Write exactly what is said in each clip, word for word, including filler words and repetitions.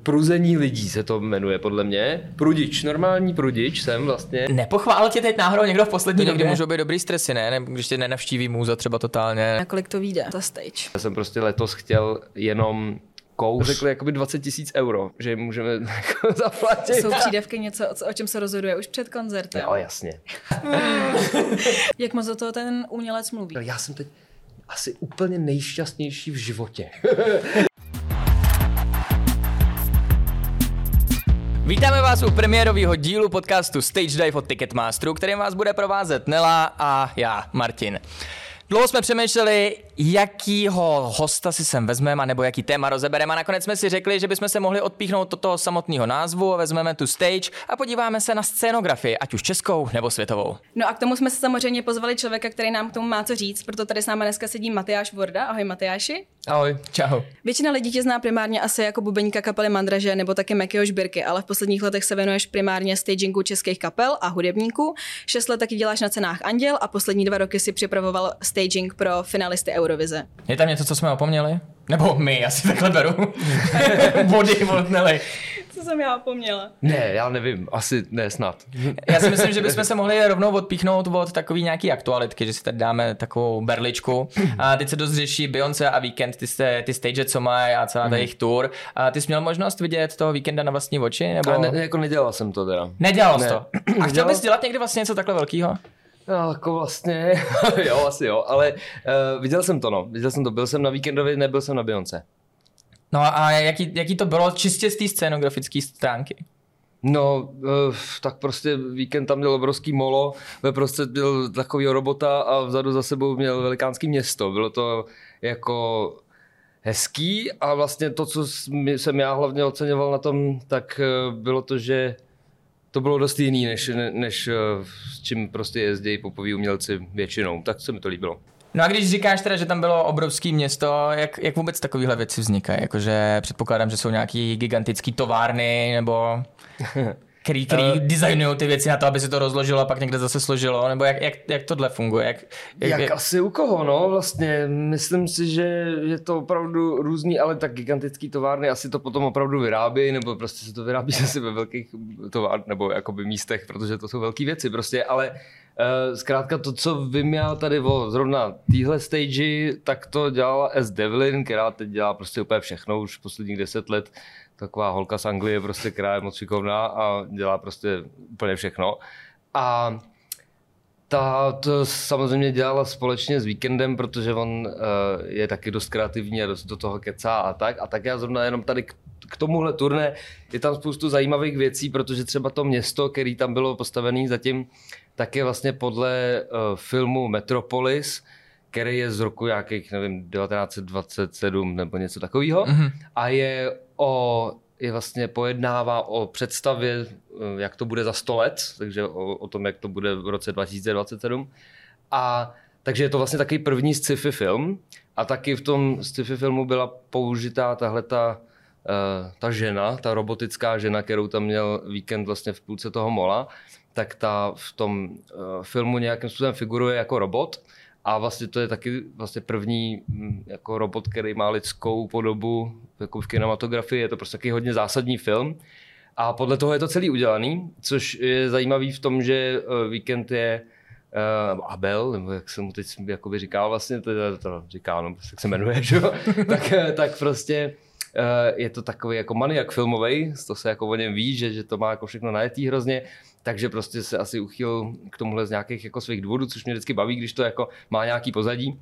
Pruzení lidí se to jmenuje podle mě. Prudič, normální prudič jsem vlastně. Nepochválil tě teď náhodou někdo v poslední době? Někdy můžou být dobrý stresy, ne? ne? Když tě nenavštíví můza třeba totálně. Na kolik to vyjde, ta stage? Já jsem prostě letos chtěl jenom kous, řekli jakoby dvacet tisíc euro, že jim můžeme jako zaplatit. Jsou přídavky něco, o čem se rozhoduje už před koncertem? Jo, jasně. Jak moc do toho ten umělec mluví? Já jsem teď asi úplně nejšťastnější v životě. Vítáme vás u premiérového dílu podcastu Stage Dive od Ticketmasteru, kterým vás bude provázet Nela a já, Martin. Dlouho jsme přemýšleli, jakýho hosta si sem vezmeme, nebo jaký téma rozebereme a nakonec jsme si řekli, že bychom se mohli odpíchnout od toho samotného názvu, vezmeme tu stage a podíváme se na scénografii, ať už českou nebo světovou. No a k tomu jsme se samozřejmě pozvali člověka, který nám k tomu má co říct, proto tady s námi dneska sedí Matyáš Vorda. Ahoj Matyáši. Ahoj, čau. Většina lidí tě zná primárně asi jako bubeníka kapely Mandraže nebo taky Mekyho Žbírky, ale v posledních letech se věnuješ primárně stagingu českých kapel a hudebníků. Šest let taky děláš na cenách Anděl a poslední dva roky si připravoval staging pro finalisty Eurovize. Je tam něco, co jsme opomněli? Nebo my, asi takhle beru. Body od Nely. Co jsem já opomněla? Ne, já nevím, asi ne, snad. Já si myslím, že bychom se mohli rovnou odpíchnout od takový nějaký aktualitky, že si tady dáme takovou berličku. A teď se dost řeší Beyoncé a Weekend, ty, jste, ty stage, co mají a celá ta jejich tour. A ty jsi měl možnost vidět toho Weekenda na vlastní oči? Nebo... A ne, jako nedělal jsem to teda. Nedělal jsi ne. to? A chtěl bys dělat někdy vlastně něco takhle velkého? No, jako vlastně, jo, asi jo, ale uh, viděl jsem to, no, viděl jsem to, byl jsem na Weekendovi, nebyl jsem na Beyoncé. No a jaký, jaký to bylo čistě z té scénografické stránky? No, uh, tak prostě Weekend tam měl obrovský molo, ve prostřed byl takovýho robota a vzadu za sebou měl velikánský město, bylo to jako hezký a vlastně to, co jsem já hlavně oceňoval na tom, tak uh, bylo to, že to bylo dost jiný, než, než s čím prostě jezdí popoví umělci většinou. Tak se mi to líbilo. No a když říkáš teda, že tam bylo obrovský město, jak, jak vůbec takovéhle věci vznikají? Jakože předpokládám, že jsou nějaký gigantický továrny, nebo který, který uh, designují ty věci na to, aby se to rozložilo a pak někde zase složilo, nebo jak, jak, jak tohle funguje? Jak, jak, jak jak... asi u koho, no vlastně. Myslím si, že je to opravdu různý, ale tak gigantický továrny asi to potom opravdu vyrábí, nebo prostě se to vyrábí asi ve velkých továrnách, nebo jakoby místech, protože to jsou velké věci prostě, ale uh, zkrátka to, co vím já tady o zrovna téhle stage, tak to dělala S. Devlin, která teď dělá prostě úplně všechno, už posledních deset let. Taková holka z Anglie, prostě, která je moc šikovná a dělá prostě úplně všechno. A ta to samozřejmě dělala společně s Weekendem, protože on uh, je taky dost kreativní a dost do toho kecá a tak. A tak já zrovna jenom tady k, k tomuhle turné je tam spoustu zajímavých věcí, protože třeba to město, který tam bylo postavené zatím, tak je vlastně podle uh, filmu Metropolis, který je z roku nějakých, nevím, devatenáct set dvacet sedm nebo něco takového. Mm-hmm. A je o, je vlastně pojednává o představě, jak to bude za sto let, takže o, o tom, jak to bude v roce dva tisíce dvacet sedm. A takže je to vlastně takový první sci-fi film a taky v tom sci-fi filmu byla použitá tahle ta, uh, ta žena, ta robotická žena, kterou tam měl Weekend vlastně v půlce toho mola, tak ta v tom uh, filmu nějakým způsobem figuruje jako robot. A vlastně to je taky vlastně první jako robot, který má lidskou podobu jako v kinematografii. Je to prostě taky hodně zásadní film. A podle toho je to celý udělaný, což je zajímavý v tom, že Weekend je uh, Abel, nebo jak jsem mu teď jakoby říkal vlastně, to, to říká, no, jak se jmenuje, že? tak, tak prostě uh, je to takový jako maniak filmovej, to se jako o něm ví, že, že to má jako všechno najetý hrozně. Takže prostě se asi uchyl k tomuhle z nějakých jako svých důvodů, což mě vždycky baví, když to jako má nějaký pozadí.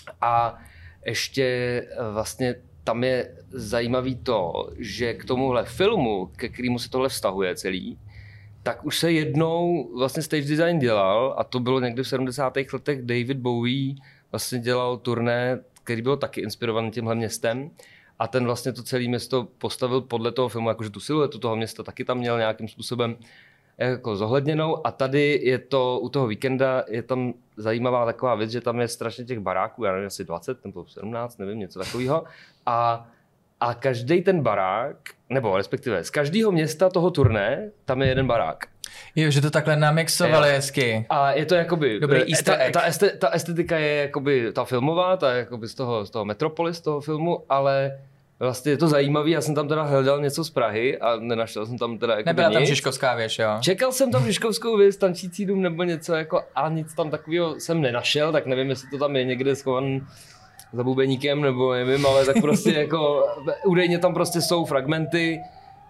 A ještě vlastně tam je zajímavý to, že k tomuhle filmu, ke kterému se tohle vztahuje celý, tak už se jednou vlastně stage design dělal a to bylo někdy v sedmdesátých letech. David Bowie vlastně dělal turné, který byl taky inspirovaný tímhle městem. A ten vlastně to celé město postavil podle toho filmu, jakože tu siluetu toho města taky tam měl nějakým způsobem jako zohledněnou a tady je to, u toho Weekenda je tam zajímavá taková věc, že tam je strašně těch baráků, já nevím, asi dvacet nebo sedmnáct, nevím, něco takového a, a každý ten barák, nebo respektive z každého města toho turné, tam je jeden barák. Jo, že to takhle namixovali hezky. A je to jakoby, dobrý easter egg. Ta, ta, ta estetika je jakoby ta filmová, ta jakoby z toho, z toho Metropolis, z toho filmu, ale vlastně je to zajímavý, já jsem tam teda hledal něco z Prahy a nenašel jsem tam teda jako Nebyla nic. tam Žižkovská věž, jo? Čekal jsem tam Žižkovskou věž, tančící dům nebo něco jako a nic tam takového jsem nenašel, tak nevím, jestli to tam je někde schovaný za bubeníkem nebo nevím, ale tak prostě jako údajně tam prostě jsou fragmenty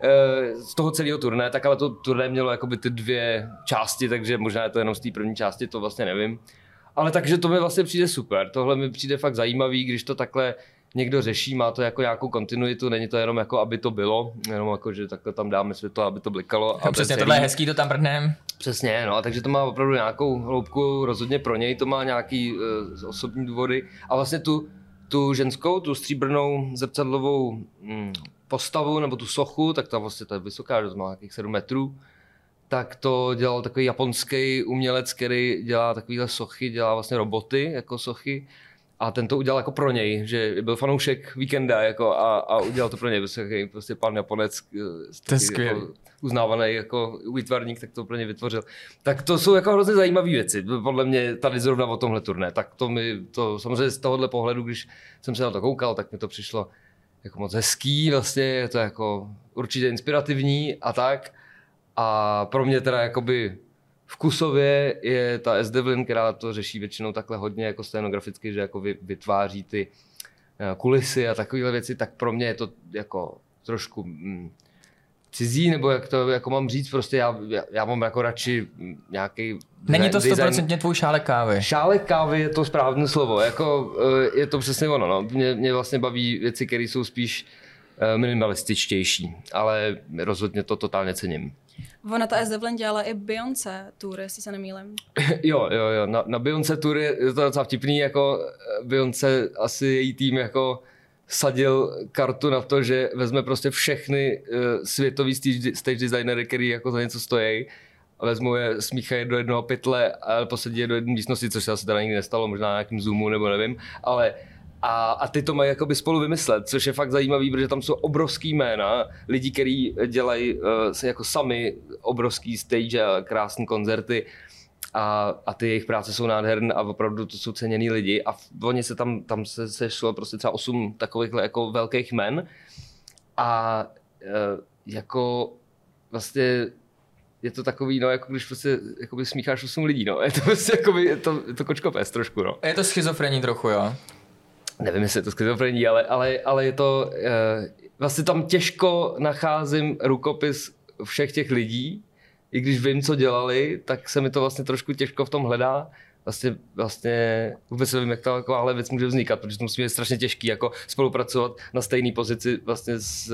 z toho celého turné, tak ale to turné mělo jakoby ty dvě části, takže možná je to jenom z té první části, to vlastně nevím. Ale takže to mi vlastně přijde super, tohle mi přijde fakt zajímavý, když to takhle někdo řeší, má to jako nějakou kontinuitu, není to jenom jako aby to bylo, jenom jako, že takhle tam dáme světlo, aby to blikalo. A přesně, tohle je hezký, to tam prdnem. Přesně, no, takže to má opravdu nějakou hloubku, rozhodně pro něj to má nějaký uh, osobní důvody a vlastně tu, tu ženskou, tu stříbrnou zrcadlovou mm, postavu nebo tu sochu, tak ta vlastně ta je vysoká, že to má nějakých sedm metrů, tak to dělal takový japonský umělec, který dělá takovýhle sochy, dělá vlastně roboty jako sochy. A ten to udělal jako pro něj, že byl fanoušek Víkenda jako a, a udělal to pro něj, prostě, prostě pan Japonec, jako uznávaný jako výtvarník, tak to pro něj vytvořil. Tak to jsou jako hrozně zajímavé věci, podle mě tady zrovna o tomhle turné. Tak to mi, to samozřejmě z tohohle pohledu, když jsem se na to koukal, tak mi to přišlo jako moc hezký, vlastně je to jako určitě inspirativní a tak. A pro mě teda jakoby vkusově je ta S. Devlin, která to řeší většinou takhle hodně jako scenograficky, že jako vytváří ty kulisy a takovéhle věci, tak pro mě je to jako trošku mm, cizí, nebo jak to jako mám říct, prostě já, já, já mám jako radši nějaký. Není to sto procent tvůj šálek kávy. Šálek kávy je to správné slovo, jako je to přesně ono, no. Mě, mě vlastně baví věci, které jsou spíš minimalističtější, ale rozhodně to totálně cením. Ona ta S. Devlin dělala i Beyoncé tour, jestli se nemýlím. jo, jo, jo, na, na Beyoncé tour je to docela vtipný, jako Beyoncé asi její tým jako sadil kartu na to, že vezme prostě všechny uh, světový stage, stage designery, který jako za něco stojí, a vezmu je, smíchají do jednoho pytle a posadí je do jedné místnosti, což se asi teda nikdy nestalo, možná na nějakým Zoomu nebo nevím, ale A, a ty to mají jakoby spolu vymyslet, což je fakt zajímavý, protože tam jsou obrovský jména, lidi, kteří dělají uh, jako sami obrovský stage a krásné koncerty a, a ty jejich práce jsou nádherné a opravdu to jsou ceněný lidi a oni se tam, tam se sešlo prostě třeba osm takovýchhle jako velkých jmen a uh, jako vlastně je to takový, no, jako když prostě jakoby smícháš osm lidí, no, je to prostě jakoby, je to, je to kočkopes trošku, no. Je to schizofrení trochu, jo? Nevím, jestli je to schizofrení, ale, ale, ale je to, eh, vlastně tam těžko nacházím rukopis všech těch lidí, i když vím, co dělali, tak se mi to vlastně trošku těžko v tom hledá. Vlastně, vlastně vůbec nevím, jak takováhle věc může vznikat, protože to musí být strašně těžký jako spolupracovat na stejné pozici vlastně s,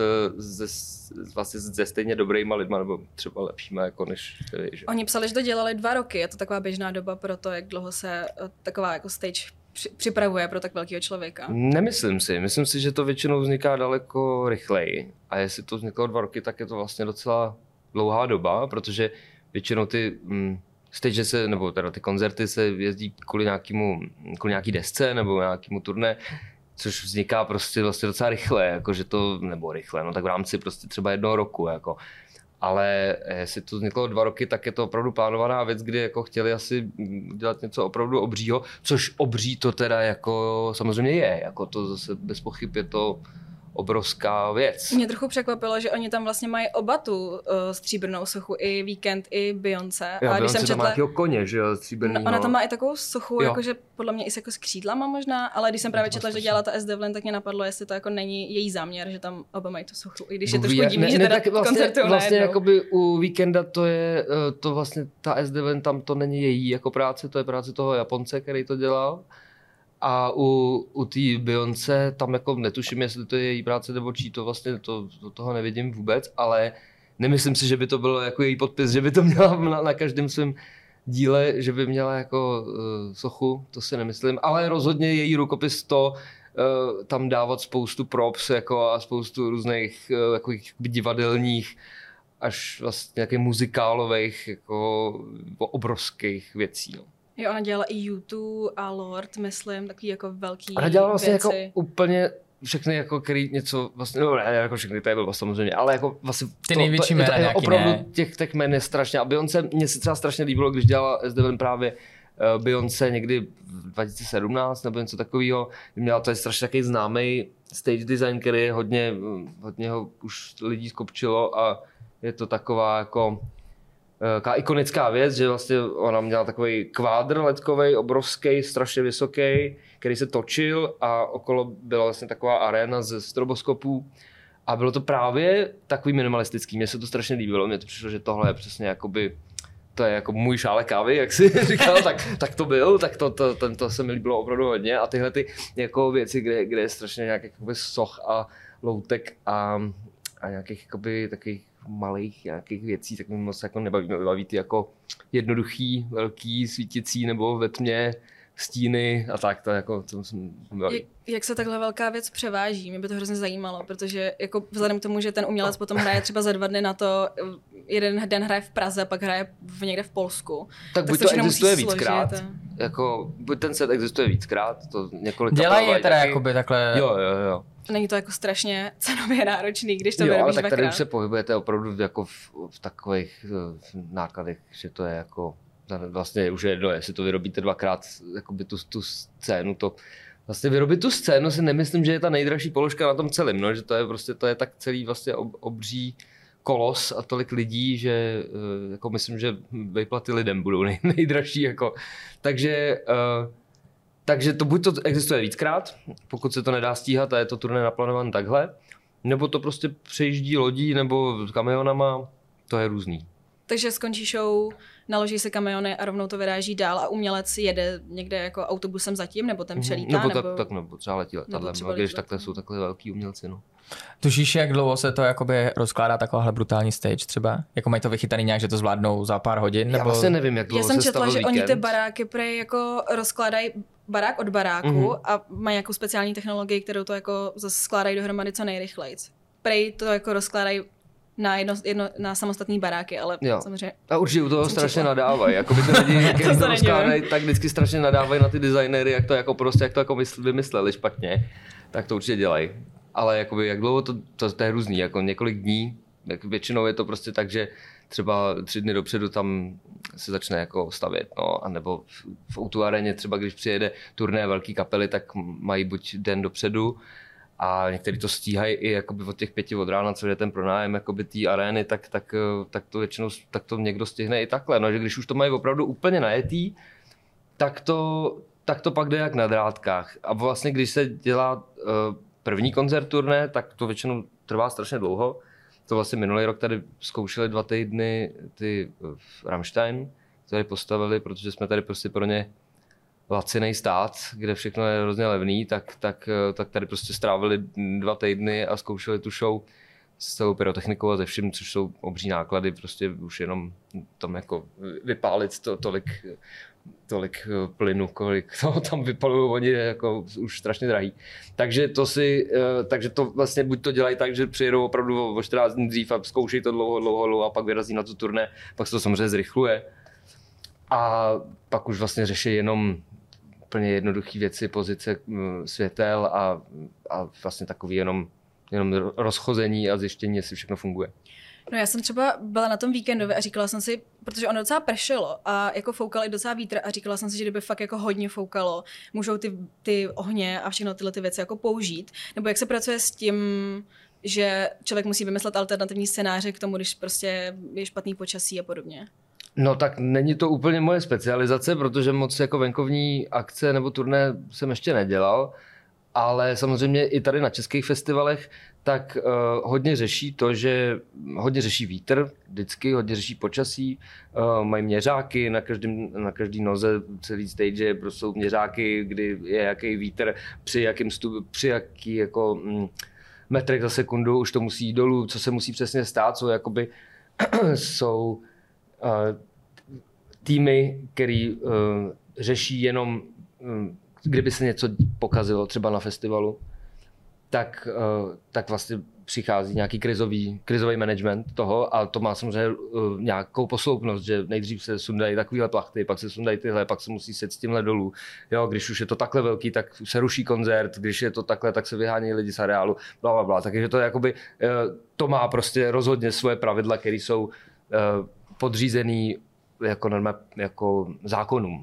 s, vlastně se stejně dobrýma lidma, nebo třeba lepšíma, jako než vy, že? Oni psali, že to dělali dva roky, je to taková běžná doba pro to, jak dlouho se taková jako stage připravuje pro tak velkého člověka? Nemyslím si. Myslím si, že to většinou vzniká daleko rychleji. A jestli to vzniklo dva roky, tak je to vlastně docela dlouhá doba, protože většinou ty hm, stage se, nebo teda ty koncerty se jezdí kvůli, nějakému, kvůli nějaký desce nebo nějakému turné, což vzniká prostě vlastně docela rychle, jakože to, nebo rychle, no tak v rámci prostě třeba jednoho roku, jako. Ale jestli to vzniklo dva roky, tak je to opravdu plánovaná věc, kdy jako chtěli asi dělat něco opravdu obřího, což obří to teda jako samozřejmě je, jako to zase bez pochyb je to obrovská věc. Mě trochu překvapilo, že oni tam vlastně mají oba tu uh, stříbrnou sochu, i Weekend, i Beyoncé. Jo, a když jsem četla... tam má nějakého koně, že jo, stříbrný. No, ona tam má i takovou sochu, jo. jakože podle mě i s, jako s křídlama možná, ale když jsem právě četla, že dělala ta S. Devlin, tak mě napadlo, jestli to jako není její záměr, že tam oba mají tu sochu, i když je trošku divný, že teda vlastně, koncertují vlastně najednou. jakoby u Weekenda to je, to vlastně ta S. Devlin, tam to není její jako práce, to je práce toho Japonce, který to dělal. A u, u té Beyoncé tam jako netuším, jestli to je její práce nebo čí, to vlastně to, to toho nevidím vůbec, ale nemyslím si, že by to bylo jako její podpis, že by to měla na, na každém svém díle, že by měla jako uh, sochu, to si nemyslím, ale rozhodně její rukopis to uh, tam dávat spoustu props jako a spoustu různých uh, jako divadelních až vlastně nějakých muzikálových jako obrovských věcí. No. Jo, ona dělala i U dva a Lord, myslím, takový jako velký Ona dělala vlastně věci. jako úplně všechny, jako který něco vlastně, no ne, jako všechny, to je bylo samozřejmě, ale jako vlastně ty to, největší to, jména to, nějaký, opravdu ne? těch, těch jmen je strašně. A Beyoncé, mně se třeba strašně líbilo, když dělala S. Devlin právě Beyoncé někdy v dva tisíce sedmnáct nebo něco takového. Měla to je strašně takový známý stage design, který je hodně, hodně ho už lidí skopčilo a je to taková jako taková ikonická věc, že vlastně ona měla takový kvádr ledkový, obrovský, strašně vysoký, který se točil a okolo byla vlastně taková aréna ze stroboskopů. A bylo to právě takový minimalistický, mně se to strašně líbilo, mně to přišlo, že tohle je přesně jakoby, to je jako můj šálek kávy, jak jsi říkal, tak, tak to byl, tak to, to, to, to se mi líbilo opravdu hodně a tyhle ty jako věci, kde, kde je strašně nějakých soch a loutek a, a nějakých jakoby, takových malých nějakých věcí, tak mi moc jako nebaví, nebaví ty jako jednoduchý, velký, svítící nebo ve tmě stíny a tak, to jako to jsem jak, jak se takhle velká věc převáží, mě by to hrozně zajímalo, protože jako vzhledem k tomu, že ten umělec potom hraje třeba za dva dny na to, jeden den hraje v Praze, pak hraje v, někde v Polsku. Tak, tak buď to existuje víckrát, a... jako buď ten set existuje víckrát, to několik dělají je teda taky... jakoby takhle. Jo, jo, jo. Není to jako strašně cenově náročný, když to jo, vyrobíš ale tak dvakrát. tady už se pohybujete opravdu jako v, v takových nákladech, že to je jako vlastně už je jedno, jestli to vyrobíte dvakrát, jakoby tu, tu scénu, to vlastně vyrobit tu scénu si nemyslím, že je ta nejdražší položka na tom celém, no, že to je prostě, to je tak celý vlastně ob, obří kolos a tolik lidí, že jako myslím, že výplaty lidem budou nej, nejdražší, jako, takže uh, takže to buď to existuje víckrát, pokud se to nedá stíhat a je to turné naplánované takhle, nebo to prostě přejíždí lodí nebo kamionama, to je různý. Takže skončí show, naloží se kamiony a rovnou to vyráží dál a umělec jede někde jako autobusem zatím, nebo ten přelítá? Nebo, nebo... tak, tak nebo třeba letí letadlem, no, když takhle jsou takhle velký umělci. No. Tušíš, jak dlouho se to jakoby rozkládá takováhle brutální stage třeba? Jako mají to vychytaný nějak, že to zvládnou za pár hodin? Nebo... Já vlastně nevím, jak dlouho Já jsem se četla, že víkend. oni ty baráky prej jako rozkládají barák od baráku mm-hmm. a mají jako speciální technologii, kterou to jako zase skládají dohromady co nejrychleji. Prej to jako rozkládají na, jedno, jedno, na samostatný baráky, ale jo. samozřejmě... A určitě u toho strašně četla. nadávají, jako by ty lidi, kteří to rozkládají, tak vždycky strašně nadávají na ty designéry, jak to jako prostě, jak to jako vymysleli špatně, tak to určitě dělají. Ale jakoby, jak dlouho to, to, to je různý, jako několik dní, jak většinou je to prostě tak, že třeba tři dny dopředu tam se začne jako stavět, no, a nebo v, v ó dva aréně třeba, když přijede turné velký kapely, tak mají buď den dopředu, a někteří to stíhají i jakoby od těch pěti od rána, co je ten pronájem té arény, tak, tak, tak to většinou tak to někdo stihne i takhle. No, že když už to mají opravdu úplně najetý, tak to, tak to pak jde jak na drátkách. A vlastně když se dělá uh, první koncert turné, tak to většinou trvá strašně dlouho. To vlastně minulý rok tady zkoušeli dva týdny ty uh, Rammstein, které postavili, protože jsme tady prostě pro ně lacinej stát, kde všechno je hrozně levný, tak, tak, tak tady prostě strávili dva týdny a zkoušeli tu show s celou pyrotechnikou a ze vším, což jsou obří náklady, prostě už jenom tam jako vypálit to, tolik, tolik plynu, kolik toho tam vypalují oni, je jako už strašně drahý. Takže to si, takže to vlastně buď to dělají tak, že přijedou opravdu o čtrnáct dní dřív a zkoušejí to dlouho, dlouho, dlouho a pak vyrazí na tu turné, pak se to samozřejmě zrychluje. A pak už vlastně řeší jenom úplně jednoduché věci, pozice světel a, a vlastně takový jenom, jenom rozchození a zjištění, jestli všechno funguje. No já jsem třeba byla na tom víkendově a říkala jsem si, protože ono docela pršelo a jako foukal i docela vítr a říkala jsem si, že kdyby fakt jako hodně foukalo, můžou ty, ty ohně a všechno tyhle ty věci jako použít. Nebo jak se pracuje s tím, že člověk musí vymyslet alternativní scénáře k tomu, když prostě je špatný počasí a podobně. No tak není to úplně moje specializace, protože moc jako venkovní akce nebo turné jsem ještě nedělal, ale samozřejmě i tady na českých festivalech tak uh, hodně řeší to, že hodně řeší vítr, vždycky hodně řeší počasí, uh, mají měřáky na každém, na každý noze celý stage, prostě jsou měřáky, kdy je jaký vítr, při jakým stup, při jaký jako mm, metrech za sekundu už to musí jít dolů, co se musí přesně stát, jsou jakoby jsou Uh, týmy, který uh, řeší jenom, um, kdyby se něco pokazilo třeba na festivalu, tak, uh, tak vlastně přichází nějaký krizový, krizový management toho a to má samozřejmě uh, nějakou posloupnost, že nejdřív se sundají takovýhle plachty, pak se sundají tyhle, pak se musí set s tímhle dolů. Jo, když už je to takhle velký, tak se ruší koncert, když je to takhle, tak se vyhánějí lidi z areálu, bla, bla, bla. Takže to, jakoby, uh, to má prostě rozhodně svoje pravidla, které jsou uh, podřízený jako, normál, jako zákonům.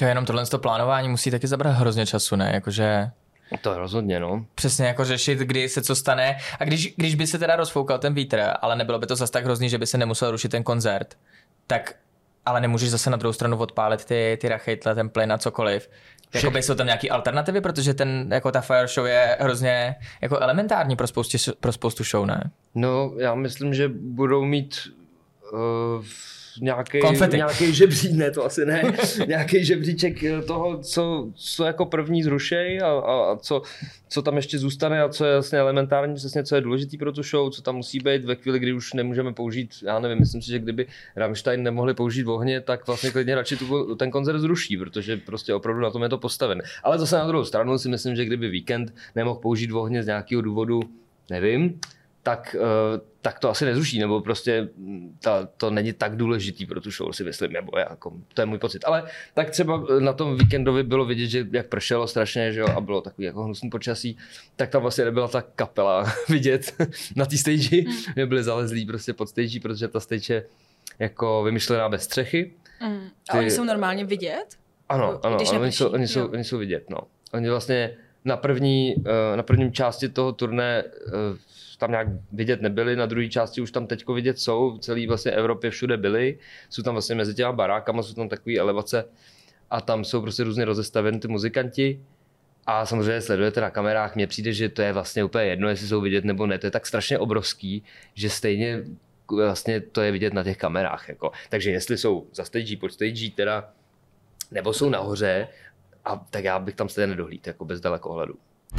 To je jenom tohle to plánování musí taky zabrat hrozně času, ne? Jakože... To rozhodně, no. Přesně jako řešit, kdy se co stane. A když, když by se teda rozfoukal ten vítr, ale nebylo by to zas tak hrozný, že by se nemusel rušit ten koncert, tak ale nemůžeš zase na druhou stranu odpálit ty, ty rachejtle, ten plyn a cokoliv. Jakoby jsou tam nějaký alternativy, protože ten, jako ta fire show je hrozně jako elementární pro spoustu, pro spoustu show, ne? No, já myslím, že budou mít uh, nějaký, nějaký žebřík, ne, to asi ne, nějaký žebříček toho, co, co jako první zrušej a, a, a co, co tam ještě zůstane a co je vlastně elementární, přesně co je důležitý pro tu show, co tam musí být ve chvíli, kdy už nemůžeme použít, já nevím, myslím si, že kdyby Rammstein nemohli použít ohně, tak vlastně klidně radši tu, ten koncert zruší, protože prostě opravdu na tom je to postaven. Ale zase na druhou stranu si myslím, že kdyby Weekend nemohl použít ohně z nějakého důvodu, nevím, tak, tak to asi nezruší, nebo prostě ta, to není tak důležitý pro tu show, si myslím, nebo jako, to je můj pocit. Ale tak třeba na tom Weekendovi bylo vidět, že jak pršelo strašně, že jo, a bylo takový jako hnusný počasí, tak tam vlastně nebyla ta kapela vidět na té stage, mm. byli zalezlí prostě pod stage, protože ta stage je jako vymyšlená bez střechy. Mm. A ty... oni jsou normálně vidět? Ano, ano, ano oni, jsou, oni, jsou, oni jsou vidět, no. Oni vlastně na první, na prvním části toho turné tam nějak vidět nebyli, na druhé části už tam teďko vidět jsou, v celé vlastně Evropě všude byli, jsou tam vlastně mezi těma barákama, jsou tam takové elevace a tam jsou prostě různě rozestaveni ty muzikanti a samozřejmě sledujete na kamerách, mně přijde, že to je vlastně úplně jedno, jestli jsou vidět nebo ne, to je tak strašně obrovský, že stejně vlastně to je vidět na těch kamerách, jako. Takže jestli jsou za stage, pod stage teda, nebo jsou nahoře, a tak já bych tam stejně nedohlíd, jako bez dalekohledu.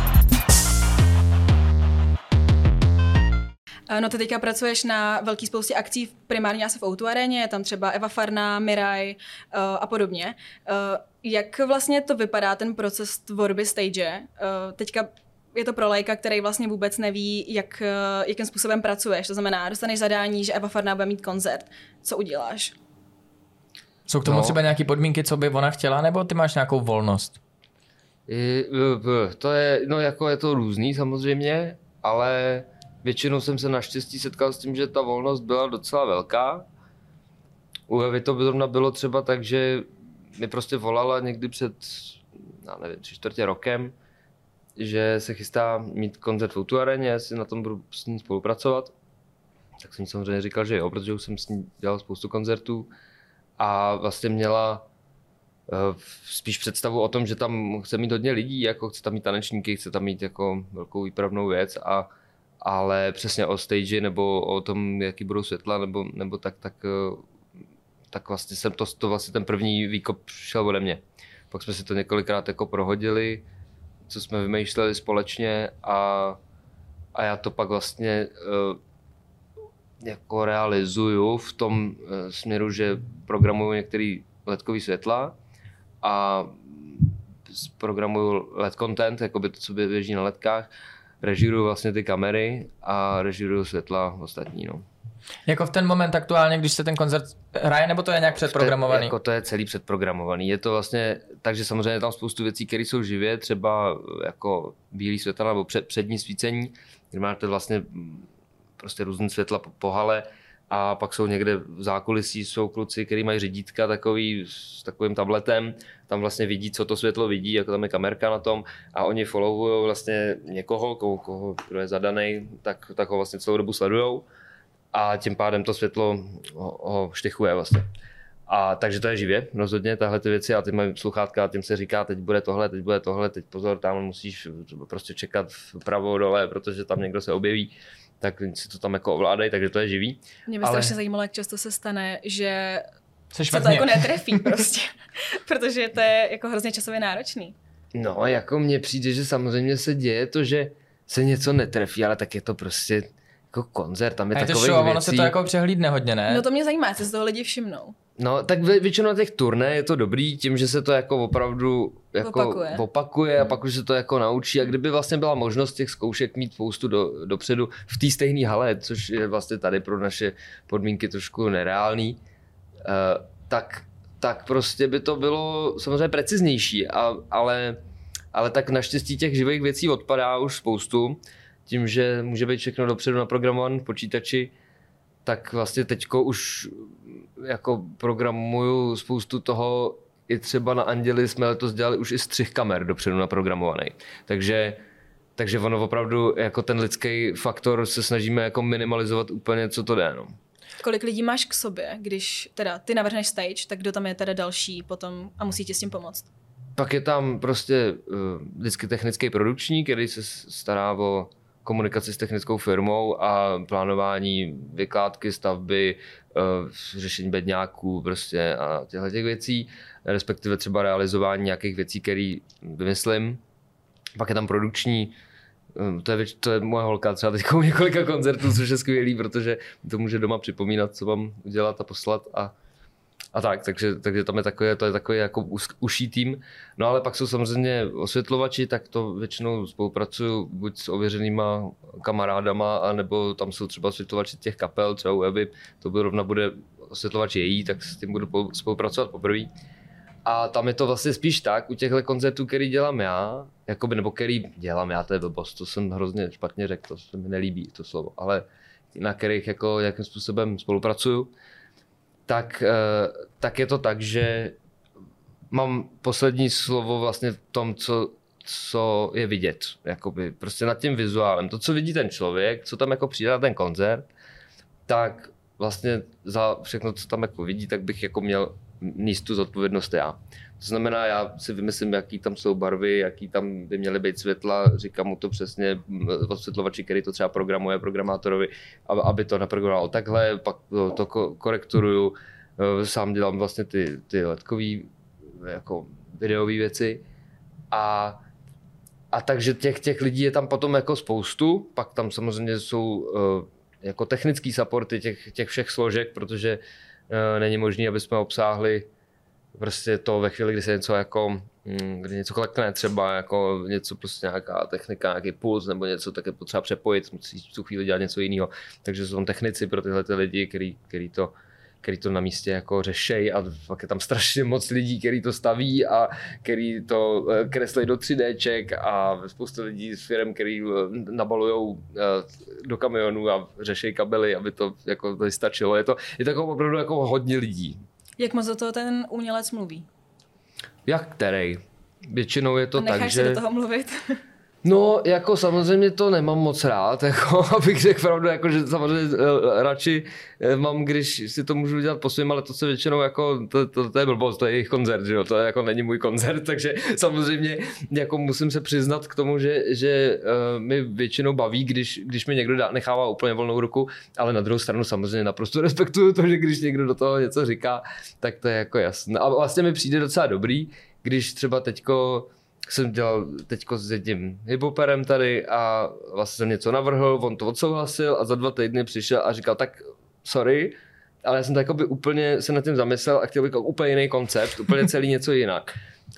No ty teďka pracuješ na velký spoustě akcí, primárně asi v ó dva aréně, je tam třeba Eva Farná, Miraj uh, a podobně. Uh, jak vlastně to vypadá, ten proces tvorby stage? Uh, teďka je to pro laika, který vlastně vůbec neví, jak, uh, jakým způsobem pracuješ. To znamená, dostaneš zadání, že Eva Farná bude mít koncert. Co uděláš? Jsou k tomu no. třeba nějaké podmínky, co by ona chtěla, nebo ty máš nějakou volnost? I, to je, no jako je to různý samozřejmě, ale většinou jsem se naštěstí setkal s tím, že ta volnost byla docela velká. U Evy to zrovna bylo třeba tak, že mi prostě volala někdy před, já nevím, tři čtvrtě rokem, že se chystá mít koncert v ó dva aréně, jestli na tom budu s ní spolupracovat. Tak jsem jí samozřejmě říkal, že jo, protože už jsem s ní dělal spoustu koncertů a vlastně měla uh, spíš představu o tom, že tam chce mít hodně lidí, jako chce tam mít tanečníky, chce tam mít jako velkou výpravnou věc a ale přesně o stage nebo o tom, jaký budou světla, nebo, nebo tak, tak, tak vlastně jsem to, to vlastně ten první výkop šel ode mě. Pak jsme si to několikrát jako prohodili, co jsme vymýšleli společně a, a já to pak vlastně uh, jako realizuju v tom uh, směru, že programuju některé ledkový světla a programuju el é dé content, jakoby to, co běží na ledkách, režíruju vlastně ty kamery a režíruju světla ostatní, no. Jako v ten moment aktuálně, když se ten koncert hraje, nebo to je nějak předprogramovaný? Jako to je celý předprogramovaný. Je to vlastně, takže samozřejmě je tam spoustu věcí, které jsou živě, třeba jako bílý světla nebo před, přední svícení, kde máte vlastně prostě různé světla po, po hale a pak jsou někde v zákulisí, jsou kluci, kteří mají řídítka takový s takovým tabletem, tam vlastně vidí, co to světlo vidí, jako tam je kamerka na tom a oni followujou vlastně někoho, koho, koho kdo je zadaný, tak, tak ho vlastně celou dobu sledujou a tím pádem to světlo ho, ho štěchuje vlastně. A takže to je živě, rozhodně tahle ty věci a ty mají sluchátka a tím se říká, teď bude tohle, teď bude tohle, teď pozor, tam musíš prostě čekat vpravo dole, protože tam někdo se objeví, tak si to tam jako ovládají, takže to je živý. Mě by ale... strašně zajímalo, jak často se stane, že se to jako netrefí prostě, protože to je jako hrozně časově náročný. No, jako mně přijde, že samozřejmě se děje to, že se něco netrefí, ale tak je to prostě jako koncert, tam je takových věcí. A je to show, ono se to jako přehlídne hodně, ne? No to mě zajímá, jestli z toho lidi všimnou. No, tak většinou na těch turné je to dobrý tím, že se to jako opravdu jako opakuje, opakuje a pak už se to jako naučí a kdyby vlastně byla možnost těch zkoušek mít spoustu do, dopředu v té stejné hale, což je vlastně tady pro naše podmínky trošku nereálný, uh, tak, tak prostě by to bylo samozřejmě preciznější, a, ale, ale tak naštěstí těch živých věcí odpadá už spoustu, tím, že může být všechno dopředu naprogramované v počítači, tak vlastně teďko už jako programuju spoustu toho i třeba na Anděli jsme letos dělali už i střih kamer dopředu naprogramovaný. Takže, takže ono opravdu jako ten lidský faktor se snažíme jako minimalizovat úplně, co to jde. No. Kolik lidí máš k sobě, když teda ty navrhneš stage, tak kdo tam je teda další potom a musí ti s tím pomoct? Pak je tam prostě uh, vždycky technický produkční, který se stará o komunikaci s technickou firmou a plánování vykládky, stavby, uh, řešení bedňáků prostě a těchto těch věcí, respektive třeba realizování nějakých věcí, které vymyslím. Pak je tam produkční, um, to, je, to je moje holka třeba teď u několika koncertů, což je skvělý, protože to může doma připomínat, co mám udělat a poslat a A tak, takže, takže tam je takový, to je takový jako uší tým. No ale pak jsou samozřejmě osvětlovači, tak to většinou spolupracuju buď s ověřenýma kamarádama, anebo tam jsou třeba osvětlovači těch kapel, třeba u Evy, to rovna bude osvětlovač její, tak s tím budu spolupracovat poprvé. A tam je to vlastně spíš tak, u těchto koncertů, který dělám já, jakoby, nebo který dělám já, to je blbost, to jsem hrozně špatně řekl, to se mi nelíbí to slovo, ale na kterých jako jakým způsobem spolupracuju, tak, tak je to tak, že mám poslední slovo vlastně v tom, co, co je vidět, jakoby prostě nad tím vizuálem. To, co vidí ten člověk, co tam jako přijde na ten koncert, tak vlastně za všechno, co tam jako vidí, tak bych jako měl níst tu zodpovědnost já. To znamená, já si vymyslím, jaký tam jsou barvy, jaký tam by měly být světla, říkám mu to přesně osvětlovači, který to třeba programuje programátorovi, aby to naprogramoval takhle, pak to korekturuju, sám dělám vlastně ty, ty ledkový jako videové věci a, a takže těch, těch lidí je tam potom jako spoustu, pak tam samozřejmě jsou jako technický supporty těch, těch všech složek, protože není možné, aby jsme obsáhli prostě to ve chvíli, kdy se něco jako, kdy něco klekne třeba, jako něco prostě nějaká technika, nějaký puls nebo něco, tak je potřeba přepojit, musí v tu chvíli dělat něco jiného. Takže jsou tam technici pro tyhle ty lidi, který, který to který to na místě jako řešejí a pak je tam strašně moc lidí, který to staví a který to kreslí do tři déček a spousta lidí z firm, který nabalujou do kamionů a řešejí kabely, aby to jako tady stačilo. Je to, je to jako opravdu jako hodně lidí. Jak moc do toho ten umělec mluví? Jak který? Většinou je to tak, že... Necháš se do toho mluvit? No, jako samozřejmě to nemám moc rád, jako, abych řekl pravdu, jako, že samozřejmě radši mám, když si to můžu dělat po svým, ale to se většinou jako, to, to, to je blbost, to je jejich koncert, že jo, to je, jako není můj koncert, takže samozřejmě jako musím se přiznat k tomu, že, že uh, mi většinou baví, když, když mi někdo dá, nechává úplně volnou ruku, ale na druhou stranu samozřejmě naprosto respektuju to, že když někdo do toho něco říká, tak to je jako jasné. A vlastně mi přijde docela dobrý, když třeba teďko jsem dělal teďko s jedním hiphoperem tady a vlastně jsem něco navrhl, on to odsouhlasil a za dva týdny přišel a říkal, tak sorry, ale já jsem tak úplně se nad tím zamyslel a chtěl bych úplně jiný koncept, úplně celý něco jinak.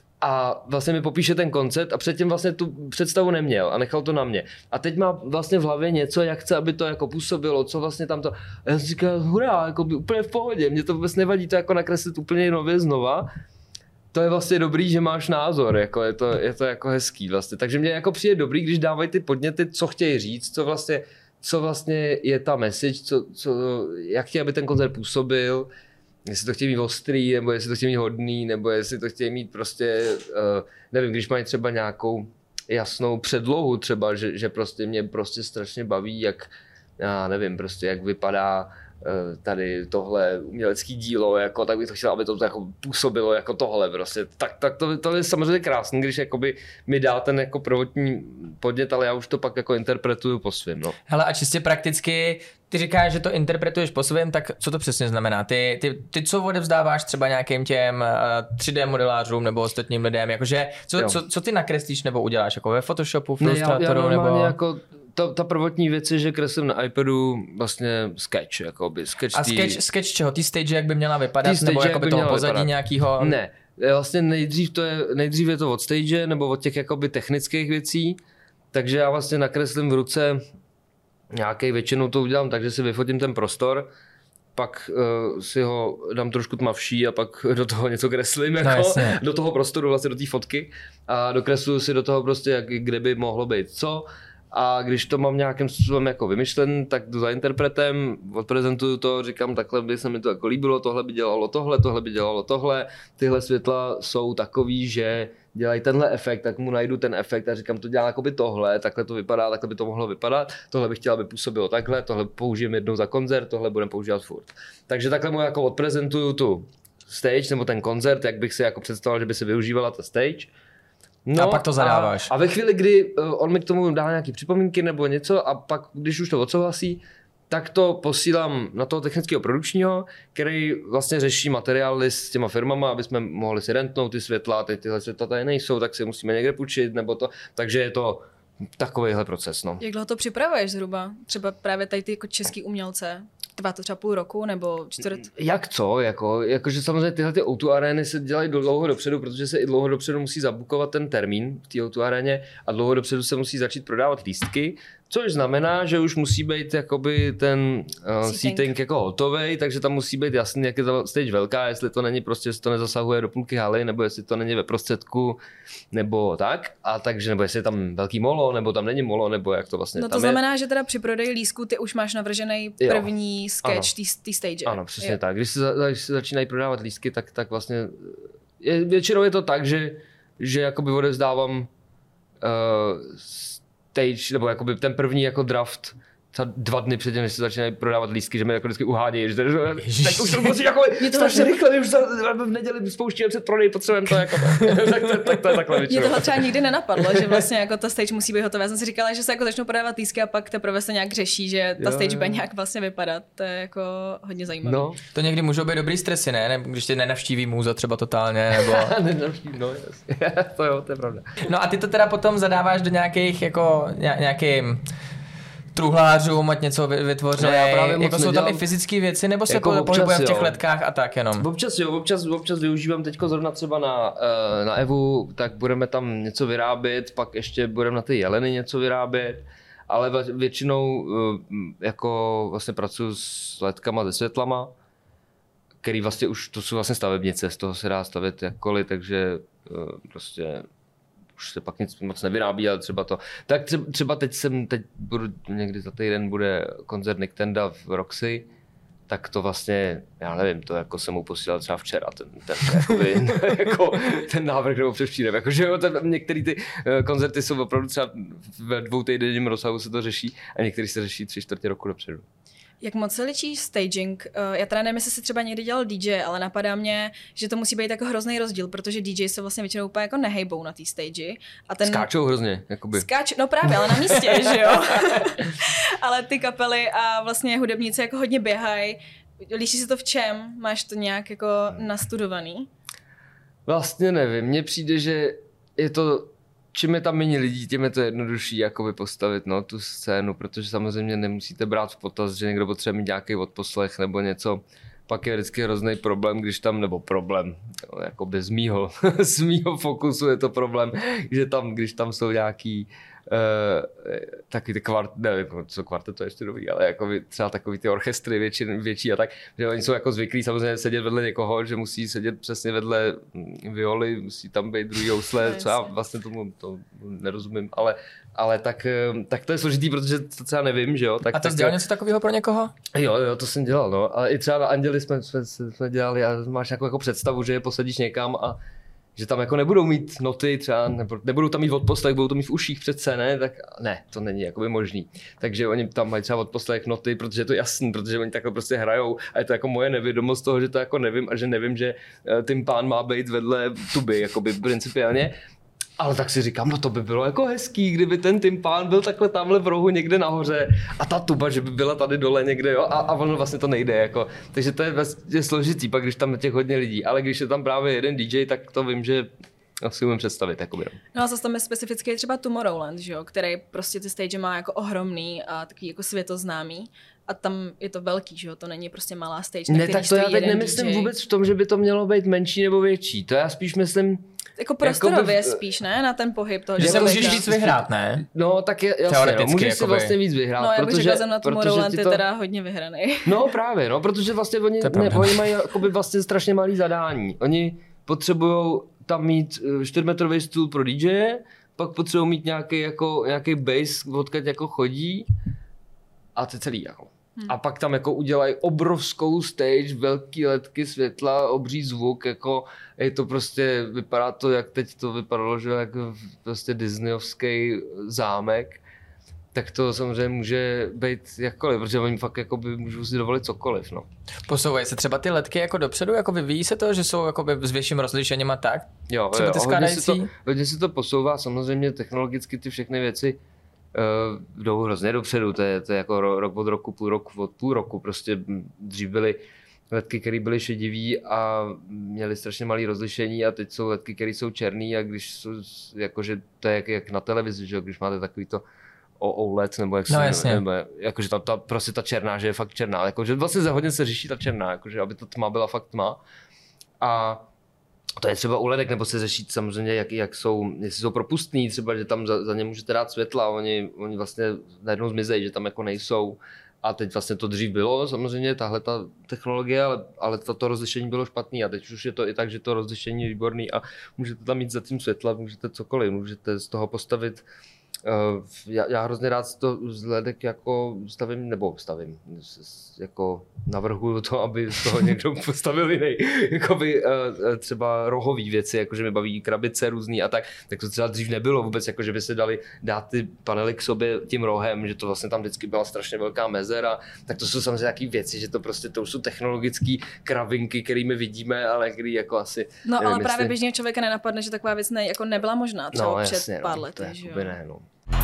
A vlastně mi popíše ten koncept a předtím vlastně tu představu neměl a nechal to na mě. A teď má vlastně v hlavě něco, jak chce, aby to jako působilo, co vlastně tam to... A já jsem říkal, hurá, jako by úplně v pohodě, mě to vůbec nevadí to jako nakreslit úplně nově znova. To je vlastně dobrý, že máš názor, jako je, to, je to jako hezký vlastně. Takže mně jako přijde dobrý, když dávají ty podněty, co chtějí říct, co vlastně, co vlastně je ta message, co, co, jak chtějí, aby ten koncert působil, jestli to chtějí mít ostrý, nebo jestli to chtějí mít hodný, nebo jestli to chtějí mít prostě, uh, nevím, když mají třeba nějakou jasnou předlohu třeba, že, že prostě mě prostě strašně baví, jak, já nevím, prostě jak vypadá tady tohle umělecký dílo, jako, tak bych to chtěl, aby to jako působilo jako tohle prostě. Tak, tak to, to je samozřejmě krásný, když jakoby mi dá ten jako prvotní podnět, ale já už to pak jako interpretuju po svým. No. Hele, a čistě prakticky, ty říkáš, že to interpretuješ po svým, tak co to přesně znamená? Ty, ty, ty co odevzdáváš třeba nějakým těm uh, tři dé modelářům nebo ostatním lidem, jakože co, co, co ty nakreslíš nebo uděláš, jako ve Photoshopu, v Illustratoru, ne, já, já nebo... Jako... Ta, ta prvotní věc je, že kreslím na iPadu vlastně sketch, jakoby sketch. A tý... sketch, sketch čeho? Ty stage, jak by měla vypadat? Stage, nebo jakoby toho pozadí vypadat. nějakýho? Ne, vlastně nejdřív, to je, nejdřív je to od stage, nebo od těch jakoby technických věcí, takže já vlastně nakreslím v ruce nějaký, většinou to udělám tak, že si vyfotím ten prostor, pak uh, si ho dám trošku tmavší a pak do toho něco kreslím, jako, no, do toho prostoru, vlastně do té fotky a dokresluju si do toho prostě, jak, kde by mohlo být co. A když to mám nějakým způsobem jako vymyšlen, tak jdu za interpretem, odprezentuju to, říkám, takhle by se mi to jako líbilo, tohle by dělalo tohle, tohle by dělalo tohle, tyhle světla jsou takový, že dělají tenhle efekt, tak mu najdu ten efekt a říkám, to dělá jakoby tohle, takhle to vypadá, takhle by to mohlo vypadat, tohle bych chtěl, aby působilo takhle, tohle použijem jednou za koncert, tohle budeme používat furt. Takže takhle mu jako odprezentuju tu stage nebo ten koncert, jak bych si jako představoval, že by se využívala ta stage. No, a pak to zadáváš. A, a ve chvíli, kdy uh, on mi k tomu dá nějaké připomínky nebo něco a pak, když už to odsouhlasí, tak to posílám na toho technického produkčního, který vlastně řeší materiály s těma firmama, aby jsme mohli si rentnout ty světla, ty, tyhle světla tady nejsou, tak si musíme někde půjčit nebo to, takže je to takovýhle proces. No. Jak dlouho to připravuješ zhruba? Třeba právě tady ty jako český umělce? Trvá to třeba půl roku nebo čtvrt? Jak co? Jako, jakože samozřejmě tyhle ty ó dva arény se dělají dlouho dopředu, protože se i dlouho dopředu musí zabukovat ten termín v té ó dva aréně a dlouho dopředu se musí začít prodávat lístky, což znamená, že už musí být jakoby ten uh, seating jako hotovej, takže tam musí být jasný, jak je ta stage velká, jestli to není prostě, jestli to nezasahuje do půlky haly, nebo jestli to není ve prostředku, nebo tak, a takže, nebo jestli je tam velký molo, nebo tam není molo, nebo jak to vlastně no to tam znamená, je. že teda při prodeji lístku ty už máš navržený první jo. sketch té stage. Ano, přesně jo. tak. Když se, když se začínají prodávat lístky, tak, tak vlastně je, většinou je to tak, že, že jakoby odevzdávám uh, stage, nebo jakoby ten první jako draft třeba dva dny předtím, než se začínají prodávat lístky, že mi jako vždycky uhádějí, že tak už to musí jako strašně rychle, my už v neděli spouštíme před prodej, potřebujeme to jako tak, tak, tak to je takhle většinou. Mě tohle třeba nikdy nenapadlo, že vlastně jako ta stage musí být hotová. Já jsem si říkala, že se jako začnou prodávat lístky a pak teprve se nějak řeší, že ta jo, stage bude nějak vlastně vypadat. To je jako hodně zajímavé. No. To někdy můžou být dobrý stresy, ne? ne? Když tě nenavštíví můza třeba totálně, nebo... nenavštíví, no to jo, to je pravda. No a ty to teda potom zadáváš do nějakých jako nějakým truhlářům, ať něco vytvořili, no, jako jsou tam i fyzické věci, nebo se jako pohybuje v těch letkách a tak jenom? Občas jo, občas, občas využívám teďko zrovna třeba na, na Evu, tak budeme tam něco vyrábět, pak ještě budeme na ty jeleny něco vyrábět, ale většinou jako vlastně pracuji s letkama, se světlama, který vlastně už, to jsou vlastně stavebnice, z toho se dá stavět jakkoliv, takže prostě už se pak nic moc nevyrábí, ale třeba to. Tak třeba teď jsem, teď budu, někdy za týden bude koncert Nick Tenda v Roxy, tak to vlastně, já nevím, to jako jsem mu posílal třeba včera, ten, ten, jakoby, jako, ten návrh nebo předevčírem, jakože jo, ten, některé ty koncerty jsou opravdu třeba ve dvou týdenním rozsahu se to řeší a některý se řeší tři čtvrtě roku dopředu. Jak moc se ličí staging? Já teda nevím, jestli si třeba někdy dělal D J, ale napadá mě, že to musí být jako hrozný rozdíl, protože D J se vlastně většinou úplně jako nehejbou na té stage. A ten... Skáčou hrozně, jakoby. Skáč, no právě, ale na místě, že jo? Ale ty kapely a vlastně hudebníci jako hodně běhají. Liší se to v čem? Máš to nějak jako nastudovaný? Vlastně nevím, mně přijde, že je to... Čím je tam méně lidí, tím je to jednodušší jakoby postavit no, tu scénu, protože samozřejmě nemusíte brát v potaz, že někdo potřebuje mít nějaký odposlech nebo něco. Pak je vždycky hrozný problém, když tam, nebo problém, no, jakoby z mýho, z mýho fokusu je to problém, že tam, když tam jsou nějaký Uh, taky ty kvart, nevím, co kvartet to je ještě dobrý, ale jako třeba takový ty orchestry větší, větší a tak, že oni jsou jako zvyklí samozřejmě sedět vedle někoho, že musí sedět přesně vedle violy, musí tam být druhý housle, co já vlastně tomu to nerozumím, ale, ale tak, tak to je složitý, protože to třeba nevím, že jo. Tak, a to jsi dělal něco takového pro někoho? Jo, jo, to jsem dělal, no, ale i třeba na Anděli jsme, jsme, jsme dělali a máš nějakou jako představu, že je posadíš někam a že tam jako nebudou mít noty třeba, nebo nebudou tam mít odposlech, budou to mít v uších přece, ne, tak ne, to není jakoby možný. Takže oni tam mají třeba odposlech noty, protože je to jasný, protože oni takhle prostě hrajou a je to jako moje nevědomost toho, že to jako nevím a že nevím, že tím pán má být vedle tuby, jakoby principiálně. Ale tak si říkám, no to by bylo jako hezký, kdyby ten tympán byl takhle tamhle v rohu někde nahoře a ta tuba, že by byla tady dole někde, jo, a, a ono vlastně to nejde, jako. Takže to je vlastně složitý, pak když tam je těch hodně lidí, ale když je tam právě jeden D J, tak to vím, že si umím představit, jakoby. No a zase tam je specificky třeba Tomorrowland, že jo, který prostě ty stage má jako ohromný a takový jako světoznámý. A tam je to velký, že jo, to není prostě malá stage. Ne, tak to já teď nemyslím D J. Vůbec v tom, že by to mělo být menší nebo větší, to já spíš myslím... Jako prostorově jakoby, spíš, ne? Na ten pohyb toho, že se můžeš víc vyhrát, ne? No, tak je, jasně, no, můžeš si vlastně víc vyhrát. No, já bych řekla, že na Tomorrowland je to... teda hodně vyhraný. No právě, no, protože vlastně oni, ne, oni mají jakoby vlastně strašně malý zadání. Oni potřebujou tam mít čtyřmetrový stůl pro D J, pak potřebují mít nějaký jako, nějaký base, odkud jako chodí a to celý jako. Hmm. A pak tam jako udělají obrovskou stage, velký ledky světla, obří zvuk, jako je to prostě, vypadá to, jak teď to vypadalo, že jako prostě disneyovský zámek, tak to samozřejmě může být jakkoliv, protože oni fakt jako by můžou si dovolit cokoliv, no. Posouvají se třeba ty ledky jako dopředu, jako vyvíjí se to, že jsou jako s větším rozlišením a tak? Jo, třeba jo, ty hodně, se to, skládající? hodně se to posouvá, samozřejmě technologicky ty všechny věci uh, jdou hrozně dopředu, to je, to je jako rok od roku, půl roku od půl roku, prostě dřív byly ledky, které byly šedivý a měly strašně malé rozlišení a teď jsou ledky, které jsou černý a když jsou, jakože to je jak, jak na televizi, že když máte takový to O O L E D, nebo jak no, se, nebo jakože ta, ta, prostě ta černá, že je fakt černá, jakože vlastně za hodně se řeší ta černá, jakože aby ta tma byla fakt tma. A to je třeba u ledek, nebo se řeší samozřejmě, jak, jak jsou, jestli jsou propustný, třeba, že tam za, za ně můžete dát světla a oni, oni vlastně najednou zmizejí, že tam jako nejsou. A teď vlastně to dřív bylo samozřejmě, tahle ta technologie, ale, ale toto rozlišení bylo špatný a teď už je to i tak, že to rozlišení je výborný a můžete tam mít za tím světla, můžete cokoliv, můžete z toho postavit. Uh, já, já hrozně rád to z ledek jako stavím, nebo stavím, jako navrhuju to, aby z toho někdo postavil jiný. Jakoby uh, třeba rohový věci, jakože mi baví krabice různý a tak, tak to třeba dřív nebylo vůbec, jakože by se dali dát ty panely k sobě tím rohem, že to vlastně tam vždycky byla strašně velká mezera, tak to jsou samozřejmě takové věci, že to prostě to jsou technologické kravinky, kterými vidíme, ale který jako asi... No nevím, ale právě jestli... běžného člověka nenapadne, že taková věc ne, jako nebyla možná třeba no, před jasně, pár no, lety, to že jo? Ne, no.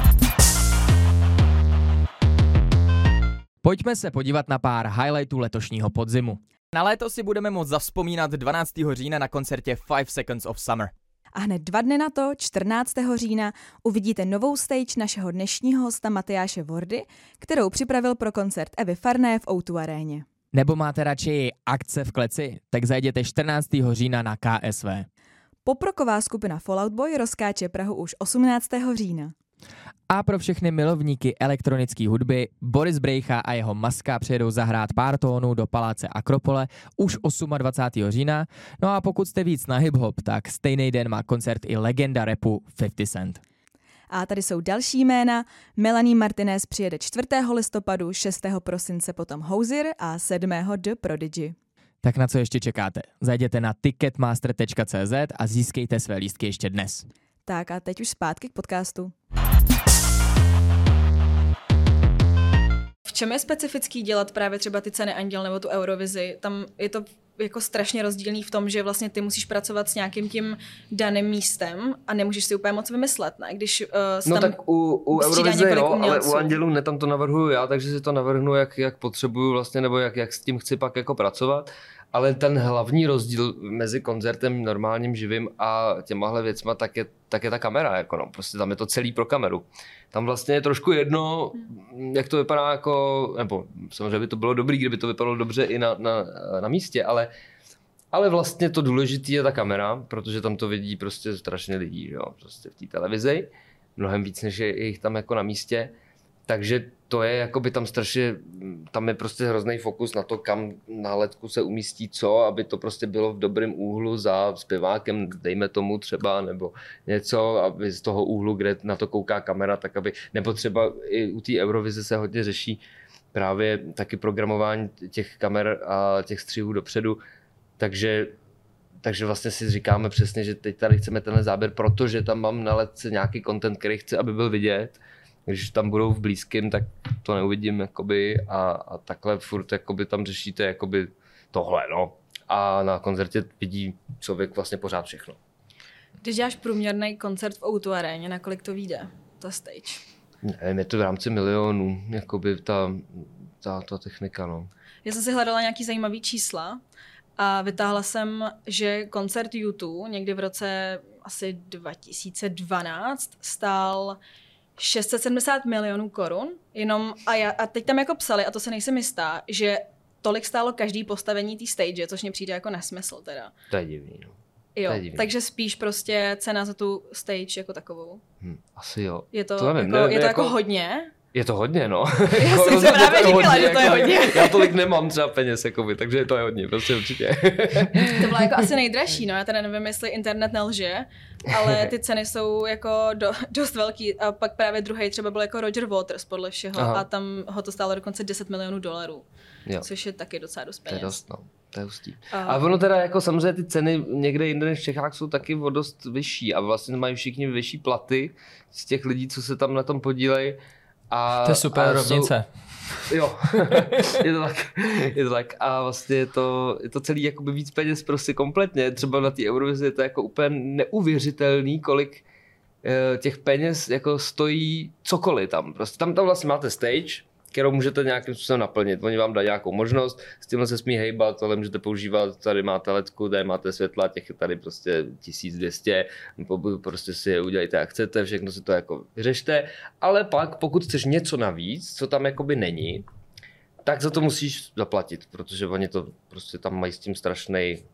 Pojďme se podívat na pár highlightů letošního podzimu. Na léto si budeme moct zavzpomínat dvanáctého října na koncertě Five Seconds of Summer. A hned dva dny na to, čtrnáctého října, uvidíte novou stage našeho dnešního hosta Matyáše Vordy, kterou připravil pro koncert Evy Farné v O dva aréně. Nebo máte radši akce v kleci? Tak zajděte čtrnáctého října na K S V. Poproková skupina Fallout Boy rozkáče Prahu už osmnáctého října. A pro všechny milovníky elektronické hudby Boris Brejcha a jeho Maska přijedou zahrát pár tónů do paláce Akropole už dvacátého osmého října. No a pokud jste víc na hip-hop, tak stejný den má koncert i legenda rapu fifty cent. A tady jsou další jména. Melanie Martinez přijede čtvrtého listopadu, šestého prosince potom Hozier a sedmého The Prodigy. Tak na co ještě čekáte? Zajděte na ticketmaster tečka cé zet a získejte své lístky ještě dnes. Tak a teď už zpátky k podcastu. V čem je specifický dělat právě třeba ty Ceny Anděl nebo tu Eurovizi? Tam je to jako strašně rozdílný v tom, že vlastně ty musíš pracovat s nějakým tím daným místem a nemůžeš si úplně moc vymyslet, ne? Když uh, no tam tak u, u Eurovize jo, ale u Andělů ne, tam to navrhuju já, takže si to navrhnu, jak, jak potřebuju vlastně, nebo jak, jak s tím chci pak jako pracovat. Ale ten hlavní rozdíl mezi koncertem normálním živým a těmahle věcma, tak je, tak je ta kamera, jako no, prostě tam je to celý pro kameru. Tam vlastně je trošku jedno, jak to vypadá jako, nebo samozřejmě by to bylo dobrý, kdyby to vypadalo dobře i na, na, na místě, ale, ale vlastně to důležité je ta kamera, protože tam to vidí prostě strašně lidí, jo, prostě v té televizi, mnohem víc, než je jich tam jako na místě. Takže to je jakoby tam strašně, tam je prostě hrozný fokus na to, kam na ledku se umístí co, aby to prostě bylo v dobrém úhlu za zpěvákem, dejme tomu třeba, nebo něco, aby z toho úhlu, kde na to kouká kamera, tak aby, nebo třeba i u té Eurovize se hodně řeší právě taky programování těch kamer a těch střihů dopředu, takže Takže vlastně si říkáme přesně, že teď tady chceme tenhle záběr, protože tam mám na ledce nějaký content, který chci, aby byl vidět. Když tam budou v blízkém, tak to neuvidím jakoby, a, a takhle furt jakoby, tam řešíte jakoby, tohle. No. A na koncertě vidí člověk vlastně pořád všechno. Když děláš průměrný koncert v O dva aréně, na kolik to vyjde, ta stage? Nevím, je to v rámci milionů, jakoby ta, ta, ta technika. No. Já jsem si hledala nějaký zajímavý čísla a vytáhla jsem, že koncert U dva někdy v roce asi dva tisíce dvanáct stál šest set sedmdesát milionů korun, jenom a, já, a teď tam jako psali, a to se nejsem jistá, že tolik stálo každý postavení té stage, což mě přijde jako nesmysl teda. To je divný, no. Jo, to je divný. Takže spíš prostě cena za tu stage jako takovou. Hm, asi jo. Je to, to nevím, jako, ne, je to jako... jako hodně? Je to hodně, no. Já jsem si právě říkala, že to je jako, hodně. Já tolik nemám třeba peněz, jakoby, takže to je hodně, prostě určitě. To bylo jako asi nejdražší, no já teda nevím, jestli internet nelže, ale ty ceny jsou jako do, dost velký a pak právě druhý třeba byl jako Roger Waters podle všeho. Aha. A tam ho to stálo dokonce deset milionů dolarů, jo. Což je taky docela dost peněz. To je dost, no. To je hustý. A... a ono teda jako samozřejmě ty ceny někde jinde než v Čechách jsou taky o dost vyšší a vlastně mají všichni vyšší platy z těch lidí, co se tam na tom podílejí. A, to je super rovnice. Jsou, jo, je to tak. Je to tak. A vlastně je to, je to celý jakoby víc peněz prostě kompletně. Třeba na té Eurovizi je to jako úplně neuvěřitelný, kolik e, těch peněz jako stojí cokoliv tam. Prostě tam, tam vlastně máte stage, kterou můžete nějakým způsobem naplnit. Oni vám dají nějakou možnost, s tímhle se smí hejbat, tohle můžete používat, tady máte ledku, tady máte světla, těch je tady prostě tisíc dvě stě, prostě si je udělejte jak chcete, všechno si to jako vyřešte, ale pak pokud chceš něco navíc, co tam jakoby není, tak za to musíš zaplatit, protože oni to prostě tam mají s tím strašnej,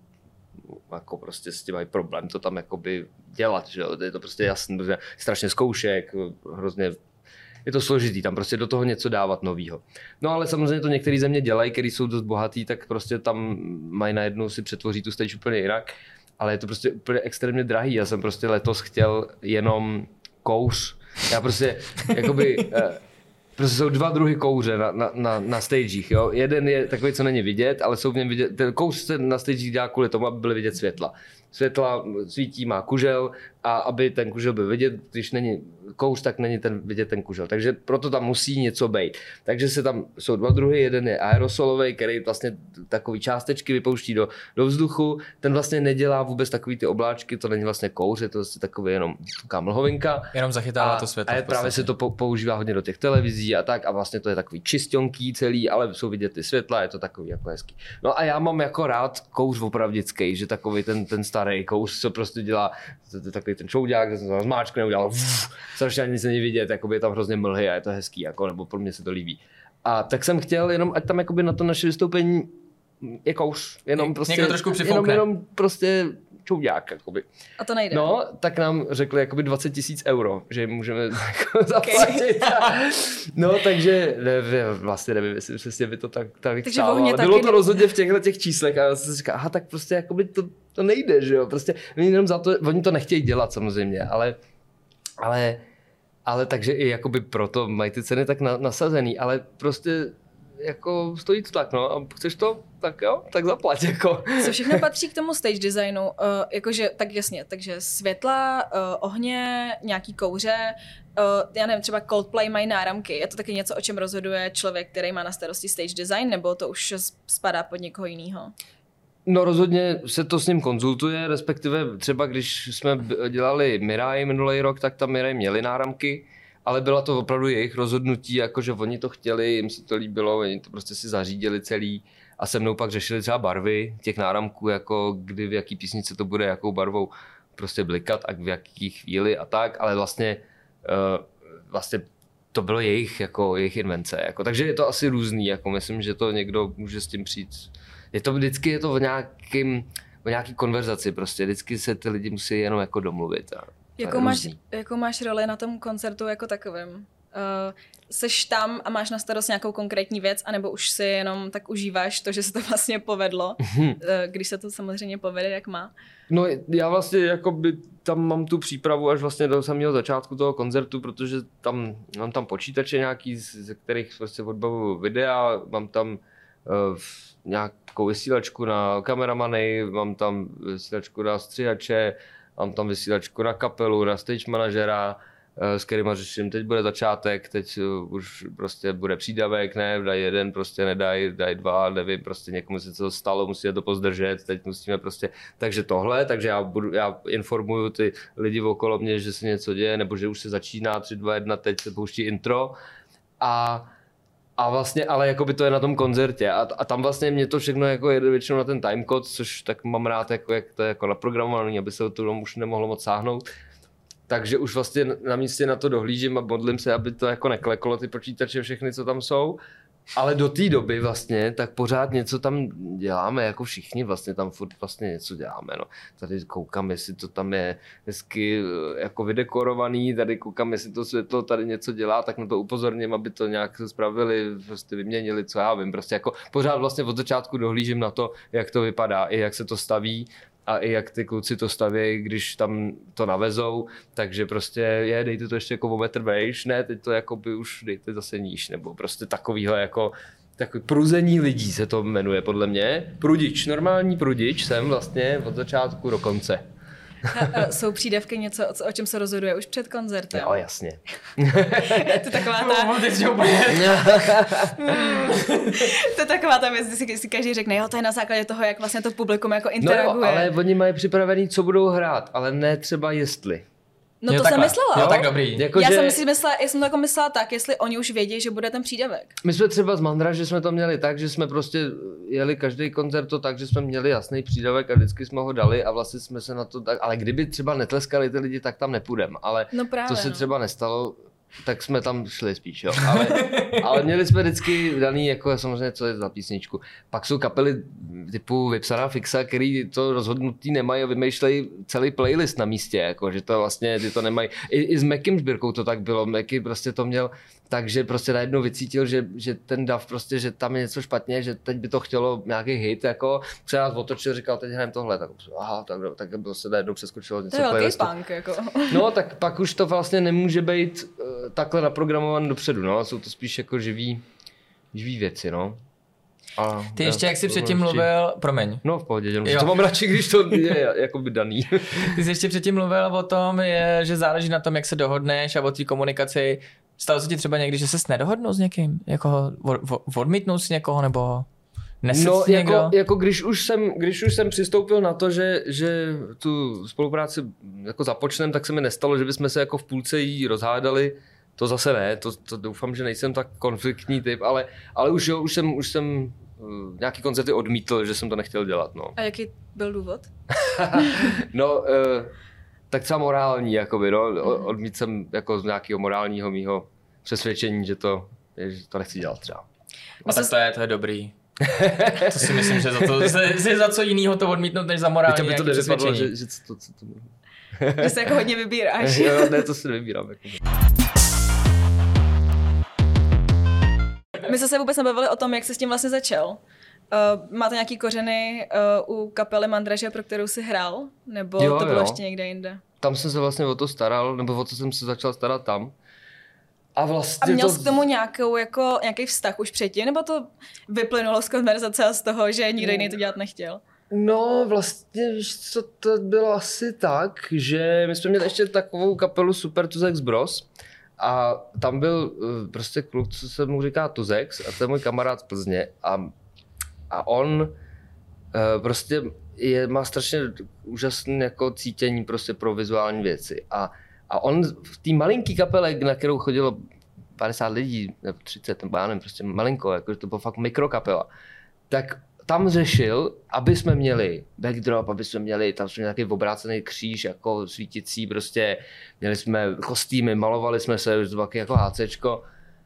jako prostě s tím mají problém to tam jakoby dělat, že jo, je to prostě jasný, strašně zkoušek, hrozně je to složitý, tam prostě do toho něco dávat novýho. No ale samozřejmě to některé země dělají, který jsou dost bohatý, tak prostě tam mají najednou si přetvoří tu stage úplně jinak, ale je to prostě úplně extrémně drahý. Já jsem prostě letos chtěl jenom kouř. Já prostě, jakoby, prostě jsou dva druhy kouře na, na, na, na stagech, jo. Jeden je takový, co není vidět, ale jsou v něm vidět, ten kouř se na stagech dělá kvůli tomu, aby byly vidět světla. Světla svítí, má kužel a aby ten kužel byl vidět, když není kouř, tak není ten vidět ten kužel. Takže proto tam musí něco být. Takže se tam jsou dva druhy, jeden je aerosolový, který vlastně takový částečky vypouští do, do vzduchu. Ten vlastně nedělá vůbec takový ty obláčky, to není vlastně kouř, je to vlastně takový jenom taková mlhovinka. Jenom zachytává a, to světlo. A právě se to používá hodně do těch televizí a tak a vlastně to je takový čistionký celý, ale jsou vidět ty světla, je to takový jako hezký. No a já mám jako rád kouř opravdický, že takový ten, ten starý kouř, co prostě dělá takový ten čoudák, že jsem to zmáčkne, udělal strašně ani nic není vidět, jakoby je tam hrozně mlhy a je to hezký, jako, nebo pro mě se to líbí. A tak jsem chtěl jenom, ať tam jakoby na to naše vystoupení je kouř, jenom prostě, někdo trošku jenom, jenom prostě čoudák, jakoby. A to nejde. No, tak nám řekli jakoby dvacet tisíc euro, že jim můžeme jako zaplatit. Okay. No, takže ne, vlastně nevím, jestli přesně by to tak, tak stálo, ale bylo to rozhodně v těchto těch číslech a já jsem si říkal, aha, tak prostě jakoby to, to nejde, že jo, prostě oni jenom za to, oni to nechtějí dělat samozřejmě, ale, ale, ale takže i jakoby proto mají ty ceny tak na, nasazený, ale prostě jako stojí to tak, no, a chceš to, tak jo, tak zaplať, jako. Co všechno patří k tomu stage designu, uh, jakože, tak jasně, takže světla, uh, ohně, nějaký kouře, uh, já nevím, třeba Coldplay mají náramky, je to taky něco, o čem rozhoduje člověk, který má na starosti stage design, nebo to už spadá pod někoho jiného? No rozhodně se to s ním konzultuje, respektive třeba když jsme dělali Mirai minulý rok, tak tam Mirai měli náramky, ale byla to opravdu jejich rozhodnutí, jakože oni to chtěli, jim se to líbilo, oni to prostě si zařídili celý a se mnou pak řešili třeba barvy těch náramků, jako kdy v jaký písnice to bude, jakou barvou prostě blikat a v jaký chvíli a tak, ale vlastně, uh, vlastně to bylo jejich, jako, jejich invence. Jako, takže je to asi různý, jako myslím, že to někdo může s tím přijít. Je to vždycky je to o, nějakým, o nějaký konverzaci, prostě vždycky se ty lidi musí jenom jako domluvit. A Jakou máš, jakou máš roli na tom koncertu jako takovém? Uh, seš tam a máš na starost nějakou konkrétní věc, anebo už si jenom tak užíváš to, že se to vlastně povedlo, uh, když se to samozřejmě povede, jak má? No já vlastně jakoby tam mám tu přípravu až vlastně do samého začátku toho koncertu, protože tam mám tam počítače nějaký, ze kterých prostě odbavuju videa, mám tam uh, nějakou vysílačku na kameramany, mám tam vysílačku na střihače, mám tam vysílačku na kapelu, na stage manažera, s kterýma řeším, teď bude začátek, teď už prostě bude přídavek, ne, dají jeden, prostě nedají, dají dva, nevím, prostě někomu se to stalo, musíme to pozdržet, teď musíme prostě, takže tohle, takže já, budu, já informuju ty lidi okolo mě, že se něco děje, nebo že už se začíná tři, dva, jedna, teď se pouští intro a A vlastně, ale jako by to je na tom koncertě a, a tam vlastně mě to všechno jako jede většinou na ten timecode, což tak mám rád, jako, jak to je jako naprogramovaný, aby se to tomu už nemohlo moc sáhnout. Takže už vlastně na místě na to dohlížím a modlím se, aby to jako nekleklo ty počítače všechny, co tam jsou. ale do té doby vlastně, tak pořád něco tam děláme, jako všichni vlastně tam furt vlastně něco děláme, no. Tady koukám, jestli to tam je hezky jako vydekorovaný, tady koukám, jestli to světlo tady něco dělá, tak na to upozorním, aby to nějak spravili, prostě vyměnili, co já vím, prostě jako pořád vlastně od začátku dohlížím na to, jak to vypadá, i jak se to staví, a i jak ty kluci to staví, když tam to navezou, takže prostě je, dejte to ještě jako o metr vejš, ne, teď to jako by už dejte zase níž, nebo prostě takovýhle jako takový pruzení lidí se to jmenuje podle mě. Prudič, normální prudič jsem vlastně od začátku do konce. A, a jsou přídavky něco, o, o čem se rozhoduje už před koncertem? Jo, jasně. To je taková ta... to je taková ta věc, kdy si, si každý řekne, jo, to je na základě toho, jak vlastně to publikum jako interaguje. No jo, ale oni mají připravený, co budou hrát, ale ne třeba jestli. No jo, to takhle. jsem myslela. Jo, tak dobrý. Jako, já, že... jsem si myslela, já jsem to jako myslela tak, jestli oni už vědí, že bude ten přídavek. My jsme třeba z Mandra, že jsme to měli tak, že jsme prostě jeli každý koncert to tak, že jsme měli jasný přídavek a vždycky jsme ho dali a vlastně jsme se na to tak, ale kdyby třeba netleskali ty lidi, tak tam nepůjdem, ale no právě, to se no. třeba nestalo, tak jsme tam šli spíš, jo. Ale, ale měli jsme vždycky daný, jako samozřejmě, co je za písničku. Pak jsou kapely typu Vypsaná fixa, který to rozhodnutí nemají a vymýšlejí celý playlist na místě, jako, že to vlastně ty to nemají. I, i s Mackem sbírkou to tak bylo, Macky prostě to měl takže prostě najednou vycítil, že, že ten dav prostě, že tam je něco špatně, že teď by to chtělo nějaký hit, jako se nás otočil, říkal, teď hrajeme tohle, tak aha, tak, tak bylo se najednou přeskočilo něco. To je velký punk, jako. No, tak pak už to vlastně nemůže být uh, takhle naprogramované dopředu, no, jsou to spíš jako živý, živý věci, no. A, Ty já, ještě, jak jsi předtím radši... mluvil, promiň. No v pohodě, že to mám radši, když to je jakoby daný. Ty jsi ještě předtím mluvil o tom, je, že záleží na tom, jak se dohodneš a o té komunikaci. Stalo se ti třeba někdy, že ses nedohodnul s někým? Jako odmítnul si někoho, nebo nesl no, si někdo? jako, jako když, už jsem, když už jsem přistoupil na to, že, že tu spolupráci jako započnem, tak se mi nestalo, že bychom se jako v půlce jí rozhádali. To zase ne, to, to doufám, že nejsem tak konfliktní typ, ale, ale už, jo, už jsem, už jsem uh, nějaký koncerty odmítl, že jsem to nechtěl dělat. No. A jaký byl důvod? no, uh, tak třeba morální, jakoby, no. Odmítl jsem jako z nějakého morálního mýho přesvědčení, že to, že to nechci dělat třeba. A tak to je, to je dobrý. To si myslím, že za to, že za co jinýho to odmítnout, než za morální by to přesvědčení. Že, že co to, co to Že se jako hodně vybíráš. jo, ne, to si nevybírám. Jako. My jsme se vůbec nebavili o tom, jak jsi s tím vlastně začal. Uh, máte nějaký kořeny uh, u kapely Mandraže, pro kterou jsi hrál? Nebo jo, to bylo jo. ještě někde jinde? Tam jsem se vlastně o to staral, nebo o to jsem se začal starat tam. A vlastně A měl to... jsi k tomu nějakou, jako, nějaký vztah už předtím, nebo to vyplynulo z konverzace a z toho, že nikdo jiný to dělat nechtěl? No vlastně, víš co, to bylo asi tak, že my jsme měli ještě takovou kapelu Super Tuzex Bros. A tam byl uh, prostě kluk, co se mu říká Tuzex, a to je můj kamarád z Plzně. A, a on uh, prostě je, má strašně úžasné jako cítění prostě pro vizuální věci. A, a on v té malinký kapele, na kterou chodilo padesát lidí, nebo třicet, nebo já nevím, prostě malinko, jakože to bylo fakt mikrokapela, tak tam řešil, aby jsme měli backdrop, aby jsme měli, tam jsme měli nějaký obrácený kříž, jako svíticí, prostě měli jsme kostýmy, malovali jsme se, už taky jako HCčko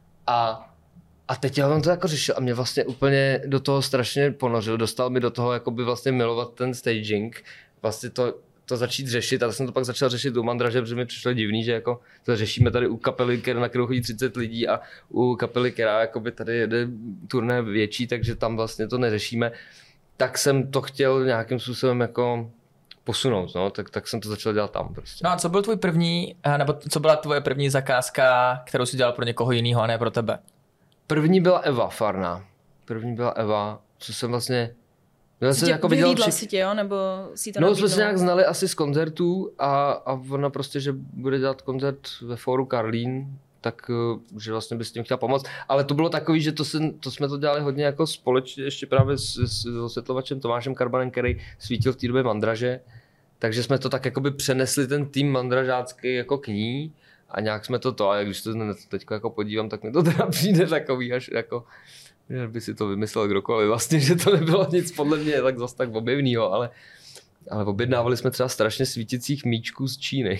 a, a teď on to jako řešil a mě vlastně úplně do toho strašně ponořil, dostal mi do toho jakoby vlastně milovat ten staging, vlastně to, to začít řešit, a jsem to pak začal řešit u Mandraže, protože mi přišlo divný, že jako to řešíme tady u kapely, na kterou chodí třicet lidí a u kapely, která jakoby tady jede turné větší, takže tam vlastně to neřešíme. Tak jsem to chtěl nějakým způsobem jako posunout, no, tak, tak jsem to začal dělat tam prostě. No a co byl tvůj první, nebo co byla tvoje první zakázka, kterou jsi dělal pro někoho jiného a ne pro tebe? První byla Eva Farná. První byla Eva, co jsem vlastně Jsi tě, jako vyhlídla si tě, jo? Nebo si to No, nabídnou? jsme se nějak znali asi z koncertů a, a ona prostě, že bude dělat koncert ve fóru Karlín, tak že vlastně by s tím chtěla pomoct. Ale to bylo takový, že to, se, to jsme to dělali hodně jako společně, ještě právě s, s osvětlovačem Tomášem Karbanem, který svítil v té době Mandraže. Takže jsme to tak jakoby přenesli ten tým mandražácký jako k ní a nějak jsme to to, a když to teď jako podívám, tak mi to teda přijde takový až jako... že by si to vymyslel kdokoliv, vlastně, že to nebylo nic podle mě tak zase tak objevnýho, ale, ale objednávali jsme třeba strašně svíticích míčků z Číny.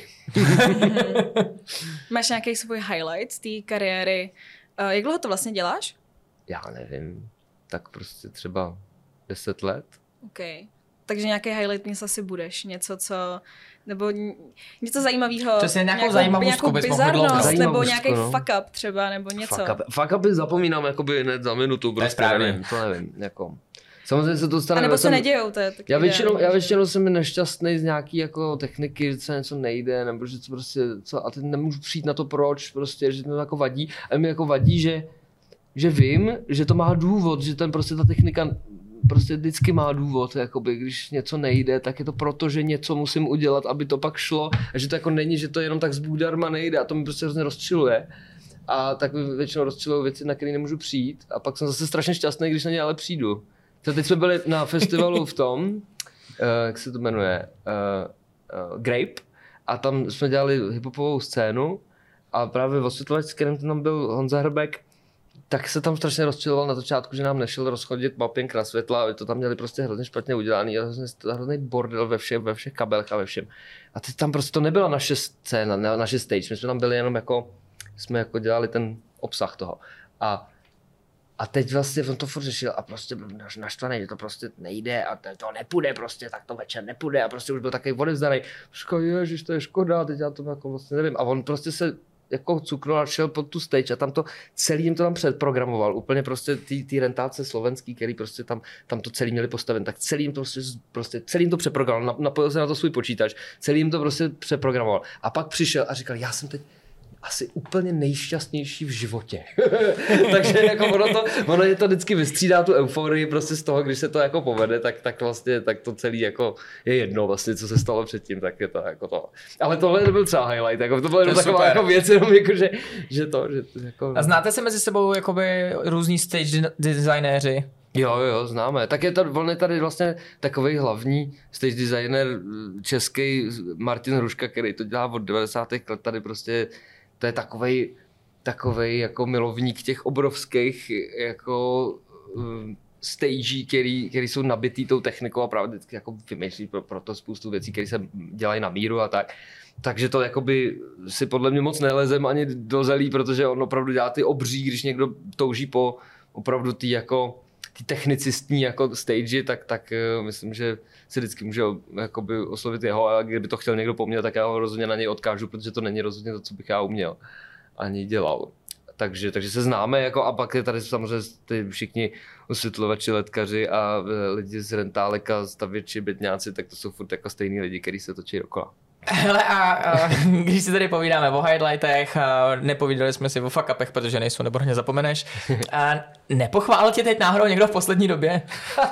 Máš nějaký svůj highlight z té kariéry? Uh, jak dlouho to vlastně děláš? já nevím, tak prostě třeba deset let. Okay. Takže nějaký highlight dnes asi budeš, něco, co, nebo něco zajímavého. Přesně nějakou zajímavostku bys mohl dlouho. Nebo nějaký no. fuck up třeba, nebo něco. Fuck, up. fuck upy zapomínám jakoby hned za minutu, prostě nevím, to nevím, jako. Samozřejmě se to stane. A nebo se jsem, nedějou, to je taky já většinou, já většinou jsem nešťastný z nějaký jako techniky, že se něco nejde, nebo že to prostě, co, a teď nemůžu přijít na to proč, prostě, že to jako vadí. A mi jako vadí, že, že vím, že to má důvod, že ten prostě ta technika prostě vždycky má důvod, jakoby, když něco nejde, tak je to proto, že něco musím udělat, aby to pak šlo, a že to jako není, že to jenom tak zbůdarma nejde, a to mi prostě hrozně rozčiluje. A tak většinou rozčilují věci, na které nemůžu přijít, a pak jsem zase strašně šťastný, když na ně ale přijdu. To teď jsme byli na festivalu v tom, uh, jak se to jmenuje, uh, uh, Grape, a tam jsme dělali hiphopovou scénu a právě osvětlovač, s kterým tam byl Honza Hrbek, tak se tam strašně rozčiloval na začátku, že nám nešel rozchodit mapping na světla, a to tam měli prostě hrozně špatně udělaný, a hrozně, hrozný bordel ve všech, ve všech kabelech a ve všem. A teď tam prostě to nebyla naše scéna, naše stage, my jsme tam byli jenom jako, jsme jako dělali ten obsah toho. A A teď vlastně on to furt řešil a prostě byl naštvaný, že to prostě nejde a to nepůjde prostě, tak to večer nepůjde, a prostě už byl takový odevzdaný. Říkal, ježiš, to je škoda, teď já to jako vlastně nevím. A on prostě se jako cuknul a šel pod tu stage a tam to celý jim to tam předprogramoval. Úplně prostě ty, ty rentáce slovenský, který prostě tam, tam to celý měli postaven, tak celý jim to prostě, prostě celý jim to přeprogramoval, napojil se na to svůj počítač, celý jim to prostě přeprogramoval. A pak přišel a říkal, já jsem teď asi úplně nejšťastnější v životě. Takže jako ono, to, ono je to vždycky vystřídá tu euforii prostě z toho, když se to jako povede, tak, tak vlastně tak to celý jako je jedno vlastně, co se stalo předtím, tak je to jako to. Ale tohle nebyl třeba highlight, jako to byla taková jako věc, jenom jako, že, že to, že jako... A znáte se mezi sebou jakoby různí stage designéři? Jo, jo, známe. Tak je, to, on je tady vlastně takový hlavní stage designer český Martin Hruška, který to dělá od devadesátých let tady prostě. To je takovej, takovej jako milovník těch obrovských jako um, stagí, který, který jsou nabitý tou technikou a právě vždycky jako vymýšlí pro, pro to spoustu věcí, které se dělají na míru a tak. Takže to jakoby si podle mě moc nelezem ani do zelí, protože on opravdu dělá ty obří, když někdo touží po opravdu ty jako ty technicistní jako stage, tak, tak uh, myslím, že si vždycky může jakoby oslovit jeho, a kdyby to chtěl někdo po mně, tak já ho rozhodně na něj odkážu, protože to není rozhodně to, co bych já uměl ani dělal. Takže, takže se známe, jako, a pak je tady samozřejmě ty všichni osvětlovači, letkaři a lidi z rentálek a stavěči, bytňáci, tak to jsou furt jako stejný lidi, kteří se točí dokola. Hele, a, a když si tady povídáme o highlightech, a nepovídali jsme si o fuck upech, protože nejsou, nebo hrně zapomeneš. A nepochválil tě teď náhodou někdo v poslední době?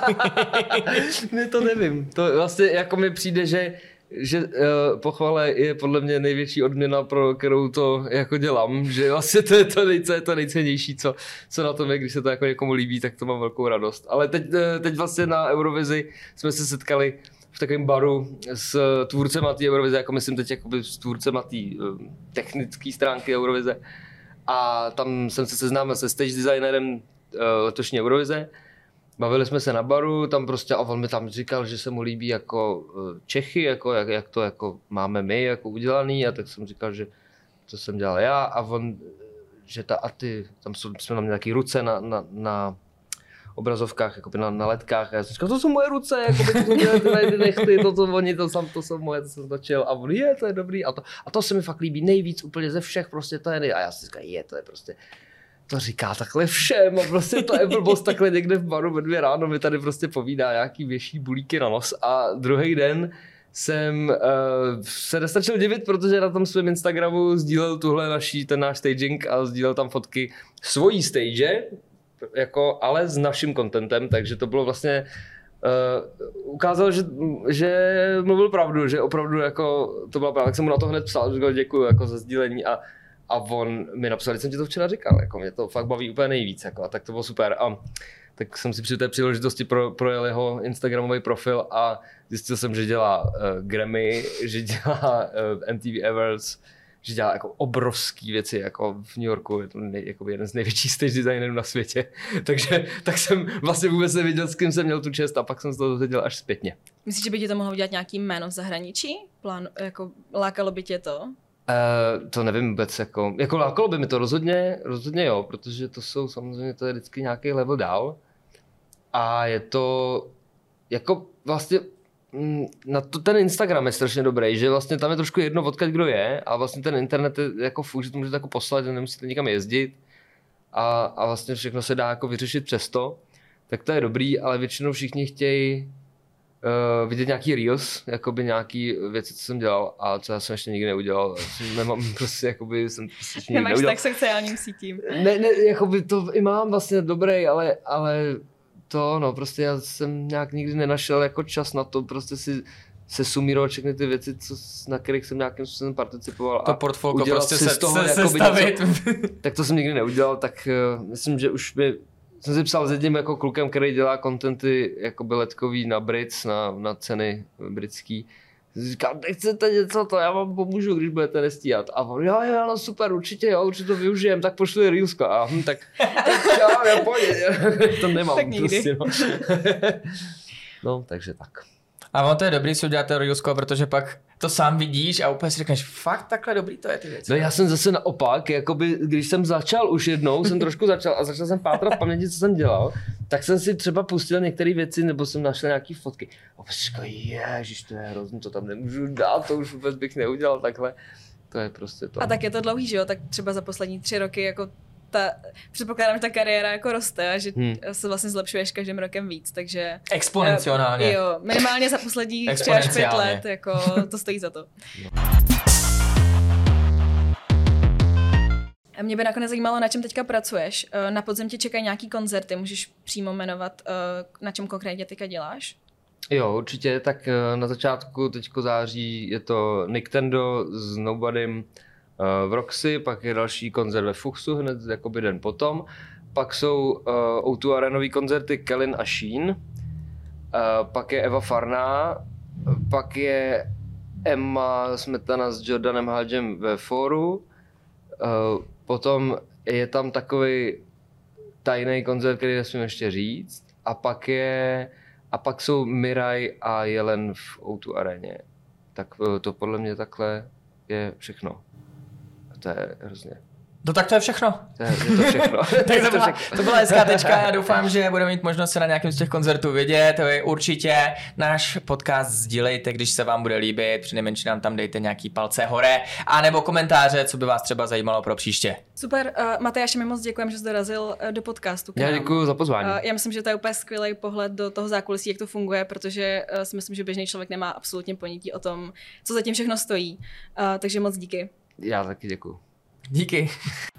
Ne, to nevím. To vlastně jako mi přijde, že že uh, pochvala je podle mě největší odměna, pro kterou to jako dělám, že vlastně to je to, nejce, to nejcennější, co, co na tom je, když se to jako někomu líbí, tak to mám velkou radost. Ale teď, teď vlastně na Eurovizi jsme se setkali v takovém baru s tvůrcema té Eurovize, jako myslím teď jakoby s tvůrcema té uh, technické stránky Eurovize. A tam jsem se seznámil se stage designerem uh, letošní Eurovize. Bavili jsme se na baru, tam prostě, a on mi tam říkal, že se mu líbí jako Čechy, jako, jak, jak to jako máme my jako udělaný, a tak jsem říkal, že to jsem dělal já, a on, že ta Aty, tam jsou, jsme tam měli taky ruce na, na, na obrazovkách, jakoby na, na ledkách, a já jsem říkal, to jsou moje ruce, jakoby, to jsou dělali ty nechty, to, to oni, to, sam, to jsou moje, to jsem točil, a on, je, to je dobrý, a to, a to se mi fakt líbí nejvíc úplně ze všech, prostě to je, a já si říkal, je, to je prostě, to říká takhle všem, a prostě to je blbost, takhle někde v baru ve dvě ráno mi tady prostě povídá nějaký věší bulíky na nos, a druhý den jsem uh, se nestačil divit, protože na tom svém Instagramu sdílel tuhle naší, ten náš staging, a sdílel tam fotky svojí stage, jako, ale s naším contentem, takže to bylo vlastně uh, ukázalo, že, že mluvil pravdu, že opravdu jako to byla pravda, tak jsem mu na to hned psal, říkal děkuju jako za sdílení, a A on mi napsal, že jsem ti to včera říkal, jako mě to fakt baví úplně nejvíc, jako, a tak to bylo super. A tak jsem si při té příležitosti pro, projel jeho instagramový profil a zjistil jsem, že dělá uh, Grammy, že dělá uh, M T V Awards, že dělá jako obrovský věci, jako v New Yorku, je to nej, jako jeden z největších stage designerů na světě. Takže tak jsem vlastně vůbec nevěděl, s kým jsem měl tu čest, a pak jsem z toho dozvěděl až zpětně. Myslíš, že by ti to mohlo udělat nějaký jméno v zahraničí? Plán, jako lákalo by tě to? Uh, to nevím vůbec, jako, jako lákalo by mi to rozhodně, rozhodně jo, protože to jsou samozřejmě, to je vždycky nějaký level dál a je to jako vlastně na to ten Instagram je strašně dobrý, že vlastně tam je trošku jedno odkud kdo je a vlastně ten internet je jako furt, že to můžete jako poslat, že nemusíte nikam jezdit a, a vlastně všechno se dá jako vyřešit přesto, tak to je dobrý, ale většinou všichni chtějí Uh, vidět nějaký reels, jakoby nějaký věci, co jsem dělal a co já jsem ještě nikdy neudělal. Nemám prostě, jakoby jsem prostě ještě nikdy Nemáš neudělal. tak sociálním sítím. Ne, ne, jakoby to i mám vlastně dobrý, ale, ale to, no, prostě já jsem nějak nikdy nenašel jako čas na to, prostě si se sumírovat všechny ty věci, co, na kterých jsem nějakým způsobem participoval. To portfolio prostě si se, z toho se, jakoby sestavit. Něco, tak to jsem nikdy neudělal, tak uh, myslím, že už by jsem si psal s jedním jako klukem, který dělá kontenty jako letkový na Brits, na, na ceny britský. Říkám, nechcete něco, to já vám pomůžu, když budete nestíhat. A on, jo, jo, no super, určitě, jo, určitě to využijem, tak pošli reelsko. A hm, tak, tak jo, já pojď, to nemám. Tak nikdy. Prostě, no. No, takže tak. A on to je dobrý si udělat to reelsko, protože pak to sám vidíš a úplně si řekneš, fakt takhle dobrý to je ty věci. No já jsem zase naopak, jakoby, když jsem začal už jednou, jsem trošku začal a začal jsem pátrat v paměti, co jsem dělal, tak jsem si třeba pustil některé věci, nebo jsem našel nějaký fotky. A pak si říkal, ježiš, to je hrozný, to tam nemůžu dát, to už vůbec bych neudělal takhle. To je prostě to. A tak je to dlouhý, že jo? Tak třeba za poslední tři roky jako ta, předpokládám, že ta kariéra jako roste a že hmm. se vlastně zlepšuješ každým rokem víc, takže... Exponenciálně. Uh, jo, minimálně za poslední tři až pět let, jako to stojí za to. No. A mě by nakonec zajímalo, na čem teďka pracuješ. Na podzim tě čekají nějaký koncerty, můžeš přímo jmenovat, na čem konkrétně teďka děláš? Jo, určitě, tak na začátku teďko září je to Nintendo s Nobodym v Roxy, pak je další koncert ve Fuchsu hned jakoby den potom. Pak jsou uh, ó dva arenový koncerty Kellyn a Sheen. Uh, pak je Eva Farná, pak je Emma Smetana s Jordanem Hadžem ve Fóru. Uh, potom je tam takový tajný koncert, který nesmím ještě říct. A pak je a pak jsou Miraj a Jelen v ó dva aréně. Tak uh, to podle mě takhle je všechno. To je hrozně. No tak to je všechno. To je, je to všechno. Tak to byla, to byla hezká tečka. Já doufám, že budeme mít možnost se na nějakém z těch koncertů vidět. Vy určitě náš podcast sdílejte, když se vám bude líbit. Přinejmenším nám tam dejte nějaký palce hore a nebo komentáře, co by vás třeba zajímalo pro příště. Super. Uh, Matyáši, mi moc děkujeme, že jsi dorazil uh, do podcastu. Já děkuji za pozvání. Uh, já myslím, že to je úplně skvělý pohled do toho zákulisí, jak to funguje, protože uh, si myslím, že běžný člověk nemá absolutně ponětí o tom, co zatím všechno stojí. Uh, takže moc díky. Já taky děkuji. Díky.